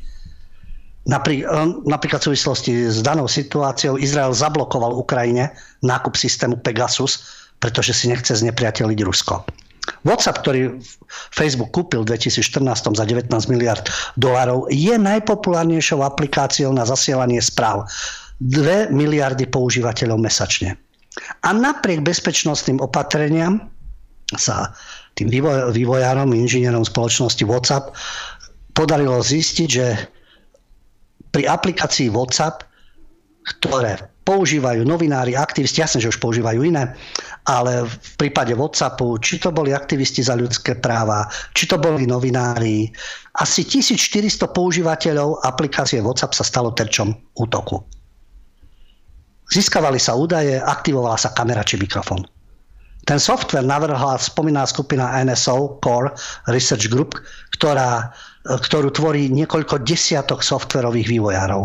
Napríklad v súvislosti s danou situáciou Izrael zablokoval Ukrajine nákup systému Pegasus, pretože si nechce znepriateliť Rusko. WhatsApp, ktorý Facebook kúpil v dvetisícštrnásť za devätnásť miliárd dolárov, je najpopulárnejšou aplikáciou na zasielanie správ. dve miliardy používateľov mesačne. A napriek bezpečnostným opatreniam sa tým vývoj, vývojárom, inžinierom spoločnosti WhatsApp podarilo zistiť, že pri aplikácii WhatsApp, ktoré používajú novinári, aktivisti, jasne, že už používajú iné, ale v prípade WhatsAppu, či to boli aktivisti za ľudské práva, či to boli novinári, asi tisícštyristo používateľov aplikácie WhatsApp sa stalo terčom útoku. Získavali sa údaje, aktivovala sa kamera či mikrofón. Ten software navrhla spomínaná skupina en es ó Core Research Group, ktorá, ktorú tvorí niekoľko desiatok softwarových vývojárov.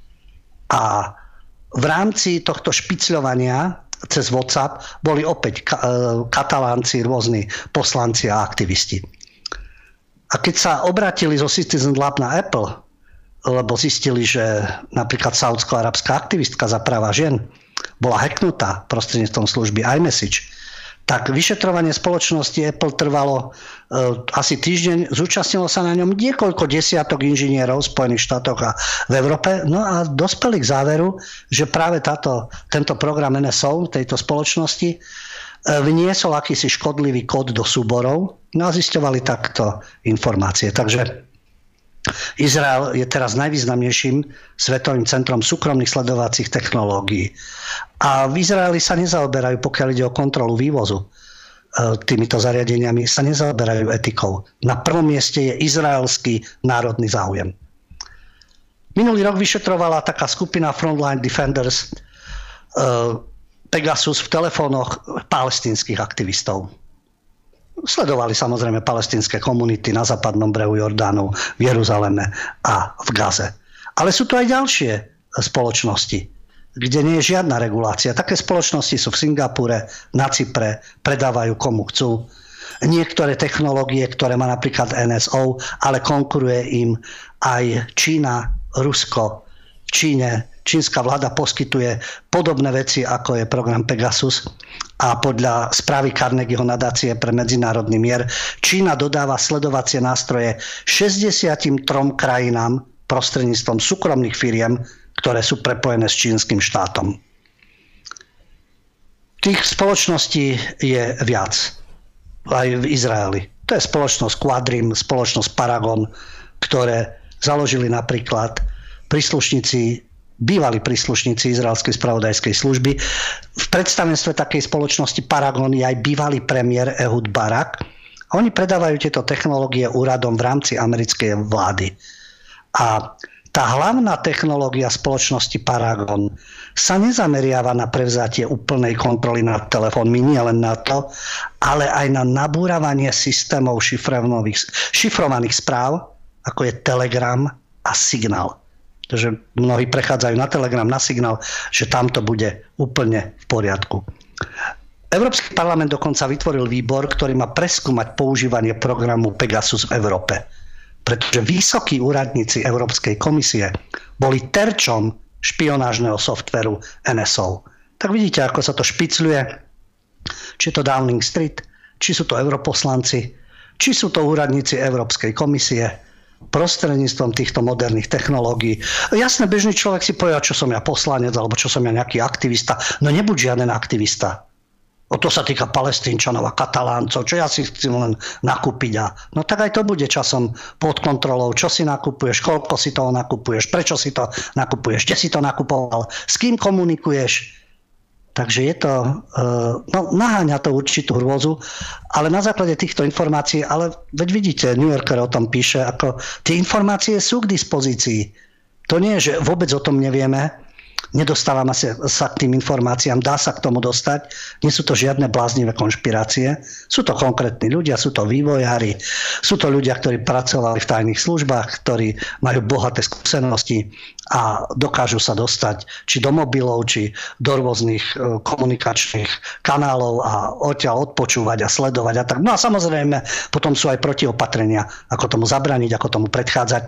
A v rámci tohto špicľovania cez WhatsApp boli opäť katalánci, rôzni poslanci a aktivisti. A keď sa obratili zo Citizen Lab na Apple, lebo zistili, že napríklad saúdsko-arabská aktivistka za práva žien bola hacknutá prostredníctvom služby iMessage, tak vyšetrovanie spoločnosti Apple trvalo uh, asi týždeň, zúčastnilo sa na ňom niekoľko desiatok inžinierov v Spojených štátoch a v Európe, no a dospeli k záveru, že práve táto, tento program en es ó tejto spoločnosti uh, vniesol akýsi škodlivý kód do súborov, no a zisťovali takto informácie. Takže Izrael je teraz najvýznamnejším svetovým centrom súkromných sledovacích technológií. A v Izraeli sa nezaoberajú, pokiaľ ide o kontrolu vývozu týmito zariadeniami, sa nezaoberajú etikou. Na prvom mieste je izraelský národný záujem. Minulý rok vyšetrovala taká skupina Frontline Defenders Pegasus v telefónoch palestínskych aktivistov. Sledovali samozrejme palestínske komunity na západnom brehu Jordánu, v Jeruzaleme a v Gaze. Ale sú tu aj ďalšie spoločnosti, kde nie je žiadna regulácia. Také spoločnosti sú v Singapure, na Cypre, predávajú komu chcú. Niektoré technológie, ktoré má napríklad en es ó, ale konkuruje im aj Čína, Rusko. V Číne čínska vláda poskytuje podobné veci, ako je program Pegasus. A podľa správy Carnegieho nadácie pre medzinárodný mier Čína dodáva sledovacie nástroje šesťdesiattri krajinám prostredníctvom súkromných firiem, ktoré sú prepojené s čínskym štátom. Tých spoločností je viac. Aj v Izraeli. To je spoločnosť Quadrim, spoločnosť Paragon, ktoré založili napríklad príslušníci, bývalí príslušníci izraelskej spravodajskej služby. V predstavenstve takej spoločnosti Paragon je aj bývalý premiér Ehud Barak. Oni predávajú tieto technológie úradom v rámci americkej vlády. A tá hlavná technológia spoločnosti Paragon sa nezameriava na prevzatie úplnej kontroly nad telefónmi, nie len na to, ale aj na nabúravanie systémov šifrovaných, šifrovaných správ, ako je Telegram a Signál. Takže mnohí prechádzajú na Telegram, na Signál, že tam to bude úplne v poriadku. Európsky parlament dokonca vytvoril výbor, ktorý má preskúmať používanie programu Pegasus v Európe. Pretože vysokí úradníci Európskej komisie boli terčom špionážneho softveru en es ó. Tak vidíte, ako sa to špicľuje. Či je to Downing Street, či sú to europoslanci, či sú to úradníci Európskej komisie prostredníctvom týchto moderných technológií. Jasne, bežný človek si povie, čo som ja poslanec, alebo čo som ja nejaký aktivista. No nebuď žiaden aktivista. O to sa týka Palestínčanov a Kataláncov, čo ja si chcem len nakúpiť. A no tak aj to bude časom pod kontrolou. Čo si nakupuješ, koľko si toho nakupuješ, prečo si to nakupuješ, kde si to nakupoval, s kým komunikuješ. Takže je to, no naháňa to určitú hrôzu, ale na základe týchto informácií, ale veď vidíte, New Yorker o tom píše, ako tie informácie sú k dispozícii. To nie je, že vôbec o tom nevieme, nedostávame sa k tým informáciám, dá sa k tomu dostať. Nie sú to žiadne bláznivé konšpirácie. Sú to konkrétni ľudia, sú to vývojári, sú to ľudia, ktorí pracovali v tajných službách, ktorí majú bohaté skúsenosti a dokážu sa dostať či do mobilov, či do rôznych komunikačných kanálov a odtiaľ odpočúvať a sledovať a tak. No a samozrejme, potom sú aj protiopatrenia, ako tomu zabraniť, ako tomu predchádzať,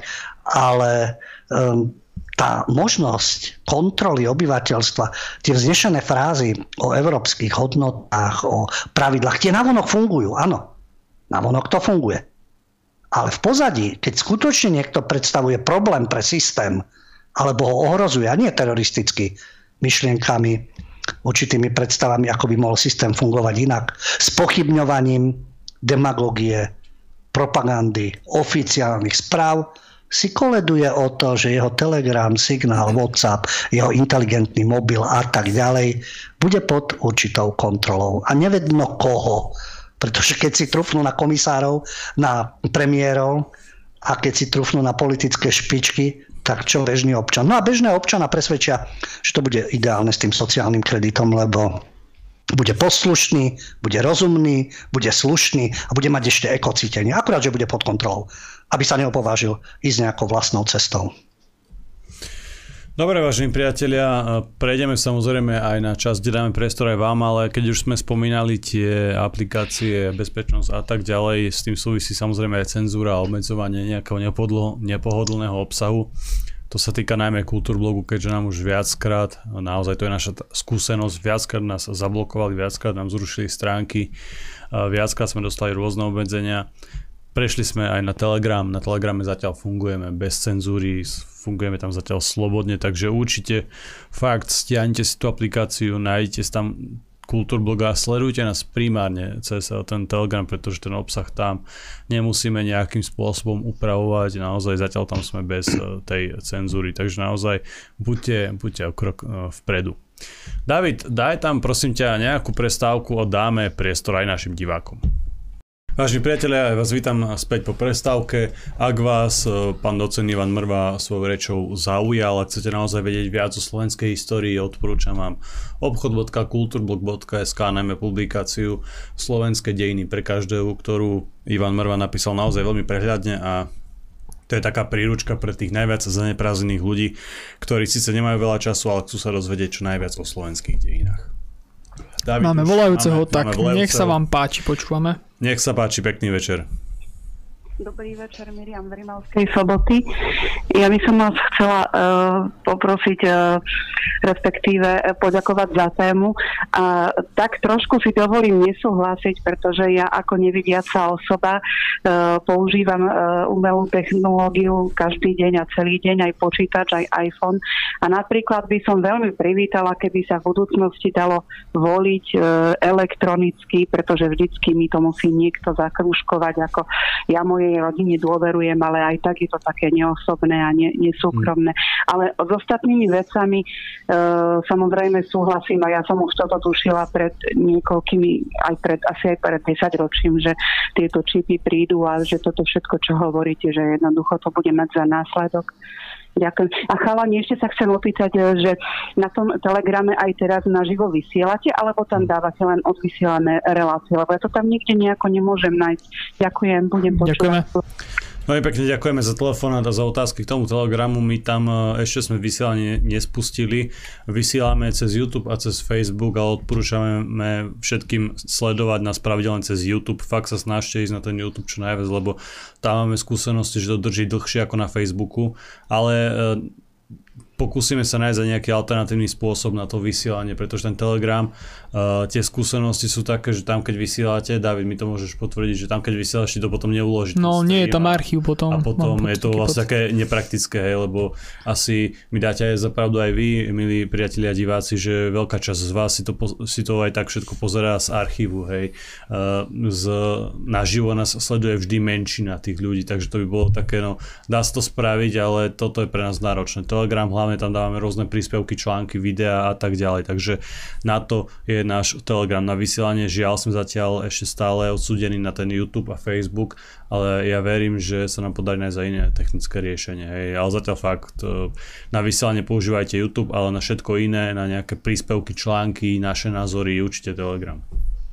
ale um, tá možnosť kontroly obyvateľstva, tie vznešené frázy o európskych hodnotách, o pravidlách, tie navonok fungujú, áno. Navonok to funguje. Ale v pozadí, keď skutočne niekto predstavuje problém pre systém, alebo ho ohrozuje, a nie teroristicky, myšlienkami, určitými predstavami, ako by mohol systém fungovať inak, s pochybňovaním demagógie, propagandy, oficiálnych správ, si koleduje o to, že jeho Telegram, Signál, WhatsApp, jeho inteligentný mobil a tak ďalej bude pod určitou kontrolou. A nevedno koho. Pretože keď si trúfnú na komisárov, na premiérov a keď si trúfnú na politické špičky, tak čo bežný občan? No a bežného občana presvedčia, že to bude ideálne s tým sociálnym kreditom, lebo bude poslušný, bude rozumný, bude slušný a bude mať ešte ekocítenie. Akurát, že bude pod kontrolou, aby sa neopovážil ísť nejakou vlastnou cestou. Dobre, vážení priatelia, prejdeme samozrejme aj na časť, kde dáme priestor aj vám, ale keď už sme spomínali tie aplikácie, bezpečnosť a tak ďalej, s tým súvisí samozrejme aj cenzúra a obmedzovanie nejakého nepohodlného obsahu. To sa týka najmä Kultúrblogu, keďže nám už viackrát, naozaj to je naša skúsenosť, viackrát nás zablokovali, viackrát nám zrušili stránky, viackrát sme dostali rôzne obmedzenia. Prešli sme aj na Telegram, na Telegrame zatiaľ fungujeme bez cenzúry, fungujeme tam zatiaľ slobodne, takže určite fakt stiahnite si tú aplikáciu, nájdete si tam Kultúrblog a sledujte nás primárne cez ten Telegram, pretože ten obsah tam nemusíme nejakým spôsobom upravovať, naozaj zatiaľ tam sme bez tej cenzúry, takže naozaj buďte, buďte o krok vpredu. David, daj tam prosím ťa nejakú prestávku a dáme priestor aj našim divákom. Vážení priatelia, ja vás vítam späť po prestávke. Ak vás pán docent Ivan Mrva svojou rečou zaujal a chcete naozaj vedieť viac o slovenskej histórii, odporúčam vám obchod bodka kulturblog bodka es ká, najmä publikáciu Slovenské dejiny pre každého, ktorú Ivan Mrva napísal naozaj veľmi prehľadne a To je taká príručka pre tých najviac zaneprázdnených ľudí, ktorí síce nemajú veľa času, ale chcú sa dozvedieť čo najviac o slovenských dejinách. Dávid, máme volajúceho, máme, tak máme volajúceho. Nech sa vám páči, počúvame. Nech sa páči, pekný večer. Dobrý večer, Miriam z Rimavskej Soboty. Ja by som vás chcela uh, poprosiť, uh, respektíve uh, poďakovať za tému. A uh, tak trošku si dovolím nesúhlasiť, pretože ja ako nevidiaca osoba uh, používam uh, umelú technológiu každý deň a celý deň, aj počítač, aj iPhone. A napríklad by som veľmi privítala, keby sa v budúcnosti dalo voliť uh, elektronicky, pretože vždycky mi to musí niekto zakrúžkovať, ako ja moje rodine dôverujem, ale aj tak je to také neosobné a ne, nesúkromné. Mm. Ale s ostatnými vecami e, samozrejme súhlasím a ja som už toto tušila pred niekoľkými, aj pred, asi aj pred desaťročím, že tieto čipy prídu a že toto všetko, čo hovoríte, že jednoducho to bude mať za následok. Ďakujem. A chalani, ešte sa chcem opýtať, že na tom Telegrame aj teraz naživo vysielate, alebo tam dávate len odvysielané relácie, lebo ja to tam nikde nejako nemôžem nájsť. Ďakujem, budem počúvať. Veľmi pekne ďakujeme za telefonát a za otázky k tomu Telegramu. My tam ešte sme vysielanie nespustili. Vysielame cez YouTube a cez Facebook, ale odporúčame všetkým sledovať nás pravidelne cez YouTube. Fakt sa snažte ísť na ten YouTube čo najviac, lebo tam máme skúsenosti, že to drží dlhšie ako na Facebooku. Ale pokúsime sa nájsť nejaký alternatívny spôsob na to vysielanie, pretože ten Telegram, uh, tie skúsenosti sú také, že tam keď vysielate, David, mi to môžeš potvrdiť, že tam keď vysielaš, to potom neuložíte. No nie je tam archív potom. A potom je to vlastne také nepraktické, hej, lebo asi mi dáte aj za pravdu aj vy, milí priatelia diváci, že veľká časť z vás si to, si to aj tak všetko pozerá z archívu, hej. Uh, z, naživo nás sleduje vždy menšina tých ľudí, takže to by bolo také, no dá sa to spraviť, ale toto je pre nás náročné. Telegram hlavne tam dávame rôzne príspevky, články, videá a tak ďalej, takže na to je náš Telegram na vysielanie. Žiaľ sme zatiaľ ešte stále odsúdení na ten YouTube a Facebook, ale ja verím, že sa nám podarí nájsť aj iné technické riešenie. Hej. Ale zatiaľ fakt na vysielanie používajte YouTube, ale na všetko iné, na nejaké príspevky, články, naše názory, určite Telegram.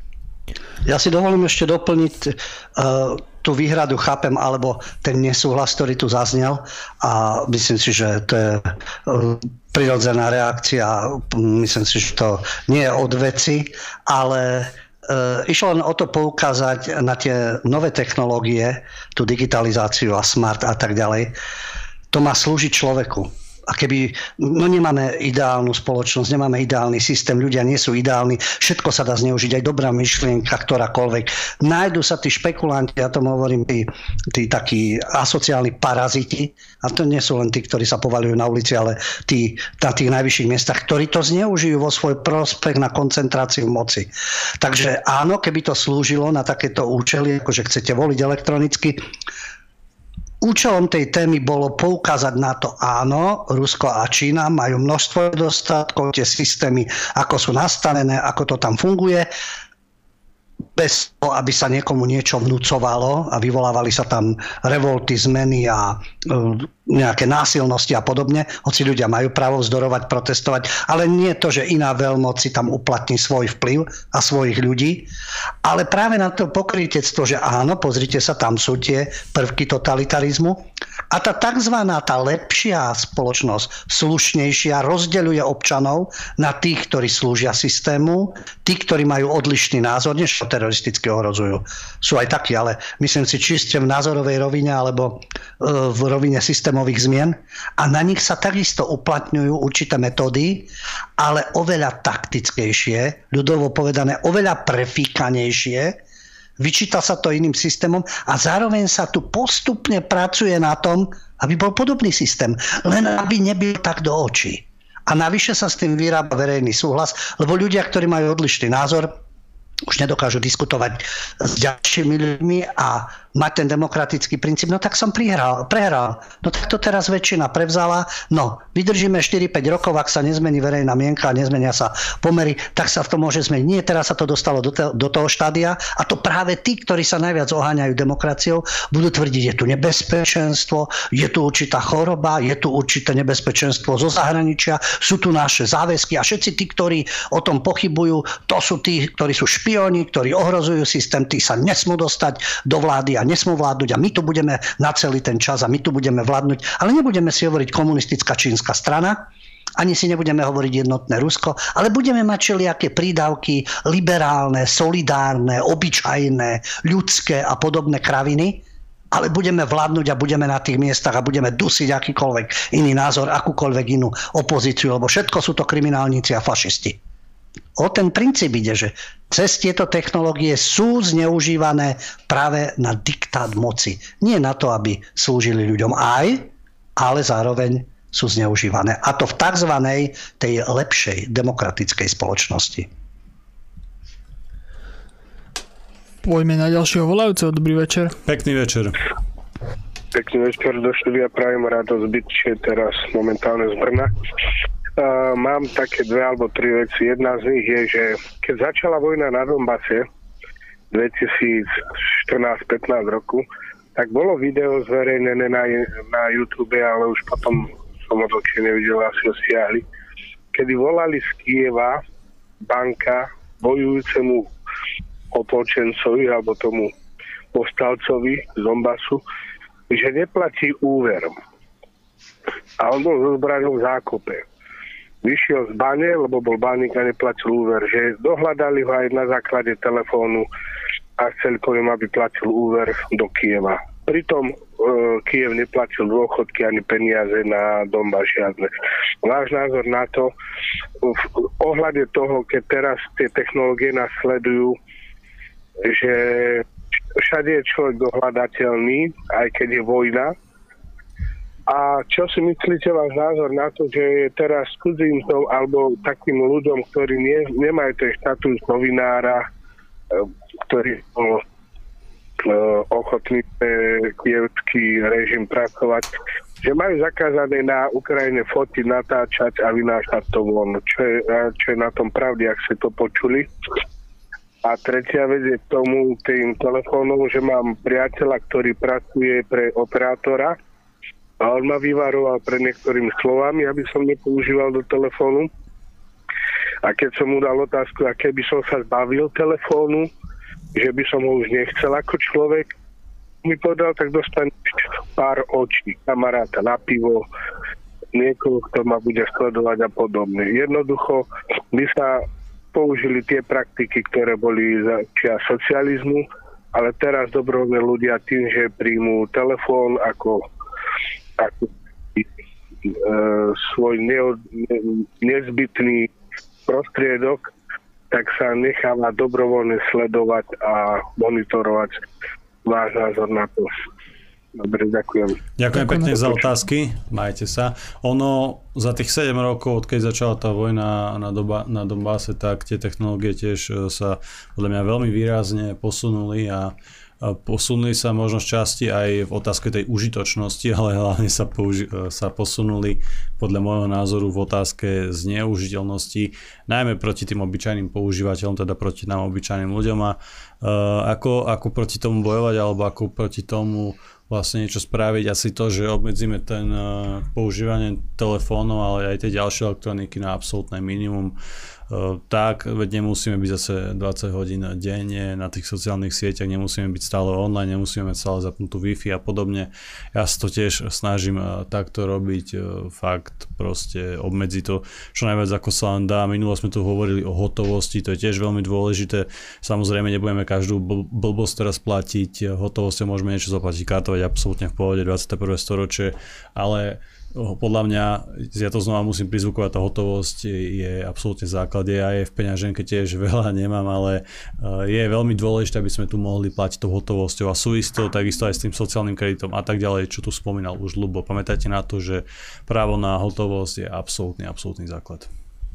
Ja si dovolím ešte doplniť uh, tú výhradu, chápem, alebo ten nesúhlas, ktorý tu zaznel a myslím si, že to je uh, prirodzená reakcia. Myslím si, že to nie je od veci, ale uh, išlo len o to poukázať na tie nové technológie, tú digitalizáciu a smart a tak ďalej. To má slúžiť človeku. A keby, no nemáme ideálnu spoločnosť, nemáme ideálny systém, ľudia nie sú ideálni, všetko sa dá zneužiť, aj dobrá myšlienka, ktorákoľvek. Nájdu sa tí špekulanti, ja tomu hovorím, tí, tí takí asociálni paraziti, a to nie sú len tí, ktorí sa povaľujú na ulici, ale tí na tých najvyšších miestach, ktorí to zneužijú vo svoj prospech na koncentráciu moci. Takže áno, keby to slúžilo na takéto účely, akože chcete voliť elektronicky, účelom tej témy bolo poukázať na to, áno, Rusko a Čína majú množstvo nedostatkov, tie systémy, ako sú nastavené, ako to tam funguje, bez toho, aby sa niekomu niečo vnúcovalo a vyvolávali sa tam revolty, zmeny a nejaké násilnosti a podobne, hoci ľudia majú právo vzdorovať, protestovať, ale nie to, že iná veľmoc si tam uplatní svoj vplyv a svojich ľudí, ale práve na to pokrytectvo, že áno, pozrite sa, tam sú tie prvky totalitarizmu a tá takzvaná, tá lepšia spoločnosť, slušnejšia, rozdeľuje občanov na tých, ktorí slúžia systému, tí, ktorí majú odlišný názor, než teroristicky ohrozujú. Sú aj takí, ale myslím si, či ste v názorovej rovine alebo v rovine systémových zmien a na nich sa takisto uplatňujú určité metódy, ale oveľa taktickejšie, ľudovo povedané, oveľa prefíkanejšie. Vyčíta sa to iným systémom a zároveň sa tu postupne pracuje na tom, aby bol podobný systém, len aby nebyl tak do očí. A navyše sa s tým vyrába verejný súhlas, lebo ľudia, ktorí majú odlišný názor, už nedokážu diskutovať s ďalšími ľuďmi a mať ten demokratický princíp, no tak som prihral, prehral. No tak to teraz väčšina prevzala. No, vydržíme štyri päť rokov, ak sa nezmení verejná mienka a nezmenia sa pomery, tak sa v tom môže zmeniť. Nie, teraz sa to dostalo do, te, do toho štádia a to práve tí, ktorí sa najviac oháňajú demokraciou, budú tvrdiť, je tu nebezpečenstvo, je tu určitá choroba, je tu určité nebezpečenstvo zo zahraničia, sú tu naše záväzky a všetci tí, ktorí o tom pochybujú, to sú tí, ktorí sú špióni, ktorí ohrozujú systém, tí sa nesmú dostať do vlády a nesmú vládnuť a my tu budeme na celý ten čas a my tu budeme vládnuť, ale nebudeme si hovoriť komunistická čínska strana, ani si nebudeme hovoriť jednotné Rusko, ale budeme mať všelijaké prídavky liberálne, solidárne, obyčajné, ľudské a podobné kraviny, ale budeme vládnuť a budeme na tých miestach a budeme dusiť akýkoľvek iný názor, akúkoľvek inú opozíciu, lebo všetko sú to kriminálnici a fašisti. O ten princíp ide, že cez tieto technológie sú zneužívané práve na diktát moci. Nie na to, aby slúžili ľuďom aj, ale zároveň sú zneužívané. A to v tzv. Tej lepšej demokratickej spoločnosti. Poďme na ďalšieho volajúceho. Dobrý večer. Pekný večer. Pekný večer do štúdia, prajem radosť byť teraz momentálne z Brna. Uh, mám také dve alebo tri veci. Jedna z nich je, že keď začala vojna na Donbase dvetisícštrnásť pätnásť roku, tak bolo video zverejnené na, na YouTube, ale už potom som ho dlhšie nevidel, asi ho stiahli, kedy volali z Kieva banka bojujúcemu opolčencovi alebo tomu povstalcovi z Donbasu, že neplatí úver. A on bol so zbraňou v zákope. Vyšiel z bane, lebo bol baník a neplatil úver. Že dohľadali ho aj na základe telefónu a chceli po ňom, aby platil úver do Kieva. Pritom e, Kiev neplatil dôchodky ani peniaze na Donbas žiadne. Váš názor na to, v ohľade toho, keď teraz tie technológie nás sledujú, že všade je človek dohľadateľný, aj keď je vojna. A čo si myslíte, váš názor na to, že je teraz cudzincom alebo takým ľuďom, ktorí nie, nemajú ten štatút novinára, ktorý bol ochotný pre kievský režim pracovať, že majú zakázané na Ukrajine fotiť, natáčať a vynášať to von. Čo je, čo je na tom pravde, ak ste to počuli? A tretia vec je k tomu tým telefónom, že mám priateľa, ktorý pracuje pre operátora a on ma vyvaroval pre niektorými slovami, aby som nepoužíval do telefónu. A keď som mu dal otázku, a keby som sa zbavil telefónu, že by som ho už nechcel ako človek, mi povedal, tak dostaneš pár očí, kamaráta na pivo, niekoho, kto ma bude sledovať a podobne. Jednoducho by sa použili tie praktiky, ktoré boli za čia socializmu, ale teraz dobrovoľne ľudia tým, že príjmú telefón ako, ako e, svoj ne, ne, nezbytný prostriedok, tak sa necháva dobrovoľne sledovať a monitorovať. Váš názor na to. Dobre, ďakujem. Ďakujem pekne za otázky. Majte sa. Ono za tých sedem rokov, odkedy začala tá vojna na, doba, na Donbase, tak tie technológie tiež sa podľa mňa veľmi výrazne posunuli a posunuli sa možno z časti aj v otázke tej užitočnosti, ale hlavne sa, použi- sa posunuli podľa môjho názoru v otázke zneužiteľnosti, najmä proti tým obyčajným používateľom, teda proti nám obyčajným ľuďom a uh, ako, ako proti tomu bojovať alebo ako proti tomu vlastne niečo spraviť, asi to, že obmedzíme ten uh, používanie telefónov, ale aj tie ďalšie elektroniky na absolútne minimum. Uh, tak, veď nemusíme byť zase dvadsať hodín denne na tých sociálnych sieťach, nemusíme byť stále online, nemusíme mať stále zapnutú Wi-Fi a podobne. Ja sa to tiež snažím uh, takto robiť, uh, fakt proste obmedziť to čo najviac ako sa len dá. Minulo sme tu hovorili o hotovosti, to je tiež veľmi dôležité. Samozrejme nebudeme každú bl- blbosť teraz platiť, hotovosťou môžeme niečo zaplatiť, kartovať absolútne v pohode, dvadsiate prvé storočie, ale podľa mňa, ja to znova musím prizvukovať, tá hotovosť je absolútne základ. Ja je v peňaženke tiež veľa nemám, ale je veľmi dôležité, aby sme tu mohli platiť tou hotovosťou a súvisí to takisto aj s tým sociálnym kreditom a tak ďalej, čo tu spomínal už Ľubo. Pamätajte na to, že právo na hotovosť je absolútny, absolútny základ.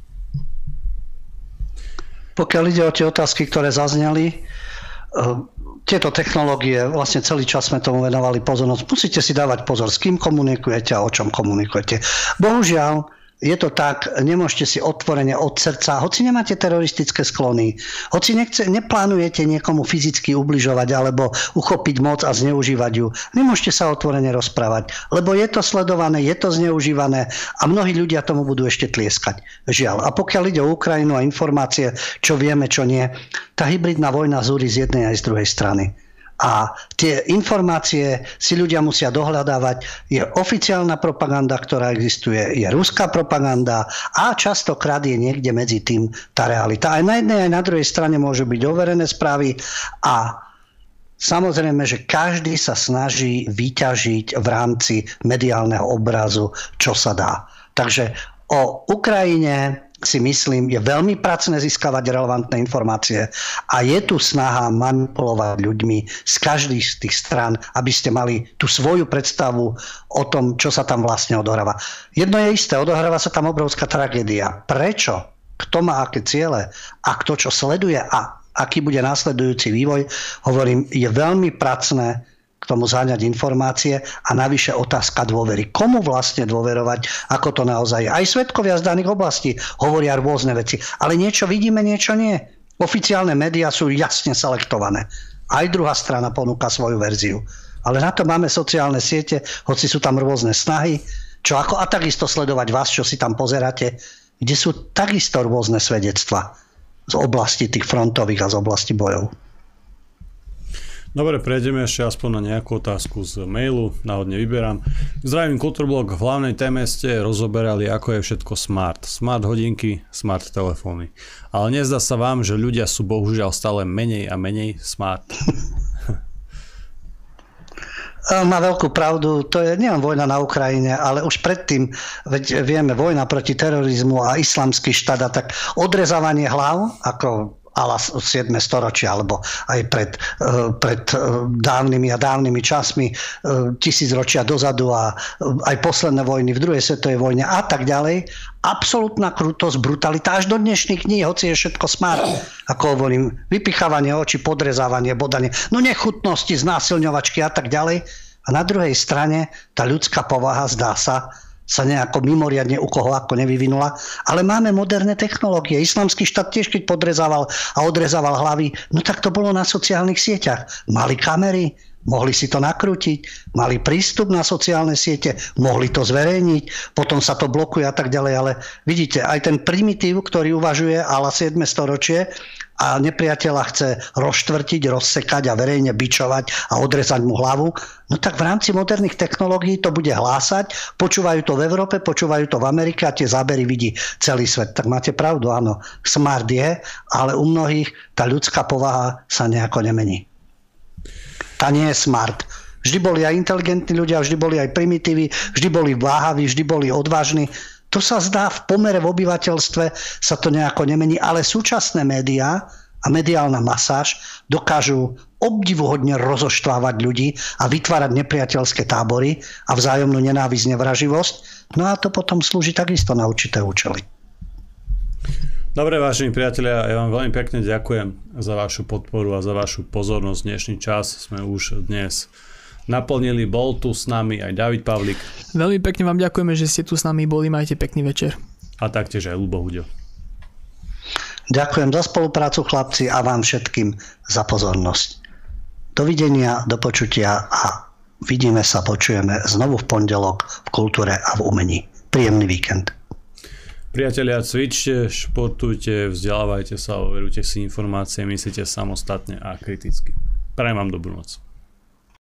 Pokiaľ ide o tie otázky, ktoré zazneli, tieto technológie, vlastne celý čas sme tomu venovali pozornosť. Musíte si dávať pozor, s kým komunikujete a o čom komunikujete. Bohužiaľ, je to tak, nemôžete si otvorene od srdca, hoci nemáte teroristické sklony, hoci nechce, neplánujete niekomu fyzicky ubližovať alebo uchopiť moc a zneužívať ju, nemôžete sa otvorene rozprávať, lebo je to sledované, je to zneužívané a mnohí ľudia tomu budú ešte tlieskať. Žiaľ. A pokiaľ ide o Ukrajinu a informácie, čo vieme, čo nie, tá hybridná vojna zúri z jednej aj z druhej strany. A tie informácie si ľudia musia dohľadávať. Je oficiálna propaganda, ktorá existuje, je ruská propaganda a častokrát je niekde medzi tým tá realita. Aj na jednej, aj na druhej strane môžu byť overené správy a samozrejme, že každý sa snaží vyťažiť v rámci mediálneho obrazu, čo sa dá. Takže o Ukrajine si myslím, je veľmi pracné získavať relevantné informácie a je tu snaha manipulovať ľuďmi z každých z tých strán, aby ste mali tú svoju predstavu o tom, čo sa tam vlastne odohráva. Jedno je isté, odohráva sa tam obrovská tragédia. Prečo? Kto má aké ciele a kto čo sleduje a aký bude následujúci vývoj, hovorím, je veľmi pracné k tomu zháňať informácie a navyše otázka dôvery. Komu vlastne dôverovať, ako to naozaj je. Aj svedkovia z daných oblastí hovoria rôzne veci, ale niečo vidíme, niečo nie. Oficiálne médiá sú jasne selektované. Aj druhá strana ponúka svoju verziu. Ale na to máme sociálne siete, hoci sú tam rôzne snahy, čo ako a takisto sledovať vás, čo si tam pozeráte, kde sú takisto rôzne svedectva z oblasti tých frontových a z oblasti bojov. Dobre, prejdeme ešte aspoň na nejakú otázku z mailu, náhodne vyberám. Zdravím, Kultúrblog, v hlavnej téme ste rozoberali, ako je všetko smart. Smart hodinky, smart telefóny. Ale nezdá sa vám, že ľudia sú bohužiaľ stále menej a menej smart? Má veľkú pravdu, to je nielen vojna na Ukrajine, ale už predtým, veď vieme, vojna proti terorizmu a islamský štát a tak odrezávanie hlav, ako ala siedme storočie, alebo aj pred, pred dávnymi a dávnymi časmi, tisícročia dozadu a aj posledné vojny v druhej svetovej vojne a tak ďalej. Absolútna krutosť, brutalita až do dnešných kníh, hoci je všetko smart, ako hovorím, vypichávanie očí, podrezávanie, bodanie, no nechutnosti, znásilňovačky a tak ďalej. A na druhej strane tá ľudská povaha, zdá sa, sa nejako mimoriadne u koho ako nevyvinula. Ale máme moderné technológie. Islamský štát tiež, keď podrezával a odrezával hlavy, no tak to bolo na sociálnych sieťach. Mali kamery, mohli si to nakrútiť, mali prístup na sociálne siete, mohli to zverejniť, potom sa to blokuje a tak ďalej. Ale vidíte, aj ten primitív, ktorý uvažuje ala siedme storočie, a nepriateľa chce rozštvrtiť, rozsekať a verejne bičovať a odrezať mu hlavu, no tak v rámci moderných technológií to bude hlásať, počúvajú to v Európe, počúvajú to v Amerike a tie zábery vidí celý svet. Tak máte pravdu, áno, smart je, ale u mnohých tá ľudská povaha sa nejako nemení. Tá nie je smart. Vždy boli aj inteligentní ľudia, vždy boli aj primitívni, vždy boli váhaví, vždy boli odvážni. To sa zdá v pomere v obyvateľstve sa to nejako nemení, ale súčasné médiá a mediálna masáž dokážu obdivuhodne rozoštvávať ľudí a vytvárať nepriateľské tábory a vzájomnú nenávisť, nevraživosť. No a to potom slúži takisto na určité účely. Dobre, vážení priatelia, ja vám veľmi pekne ďakujem za vašu podporu a za vašu pozornosť. Dnešný čas sme už dnes naplnili, bol tu s nami aj David Pavlík. Veľmi pekne vám ďakujeme, že ste tu s nami boli, majte pekný večer. A taktiež aj Ľubo Huďo. Ďakujem za spoluprácu, chlapci, a vám všetkým za pozornosť. Dovidenia, do počutia a vidíme sa, počujeme znovu v pondelok v kultúre a v umení. Príjemný víkend. Priatelia, cvičte, športujte, vzdelávajte sa, overujte si informácie, myslíte samostatne a kriticky. Prajem vám dobrú noc.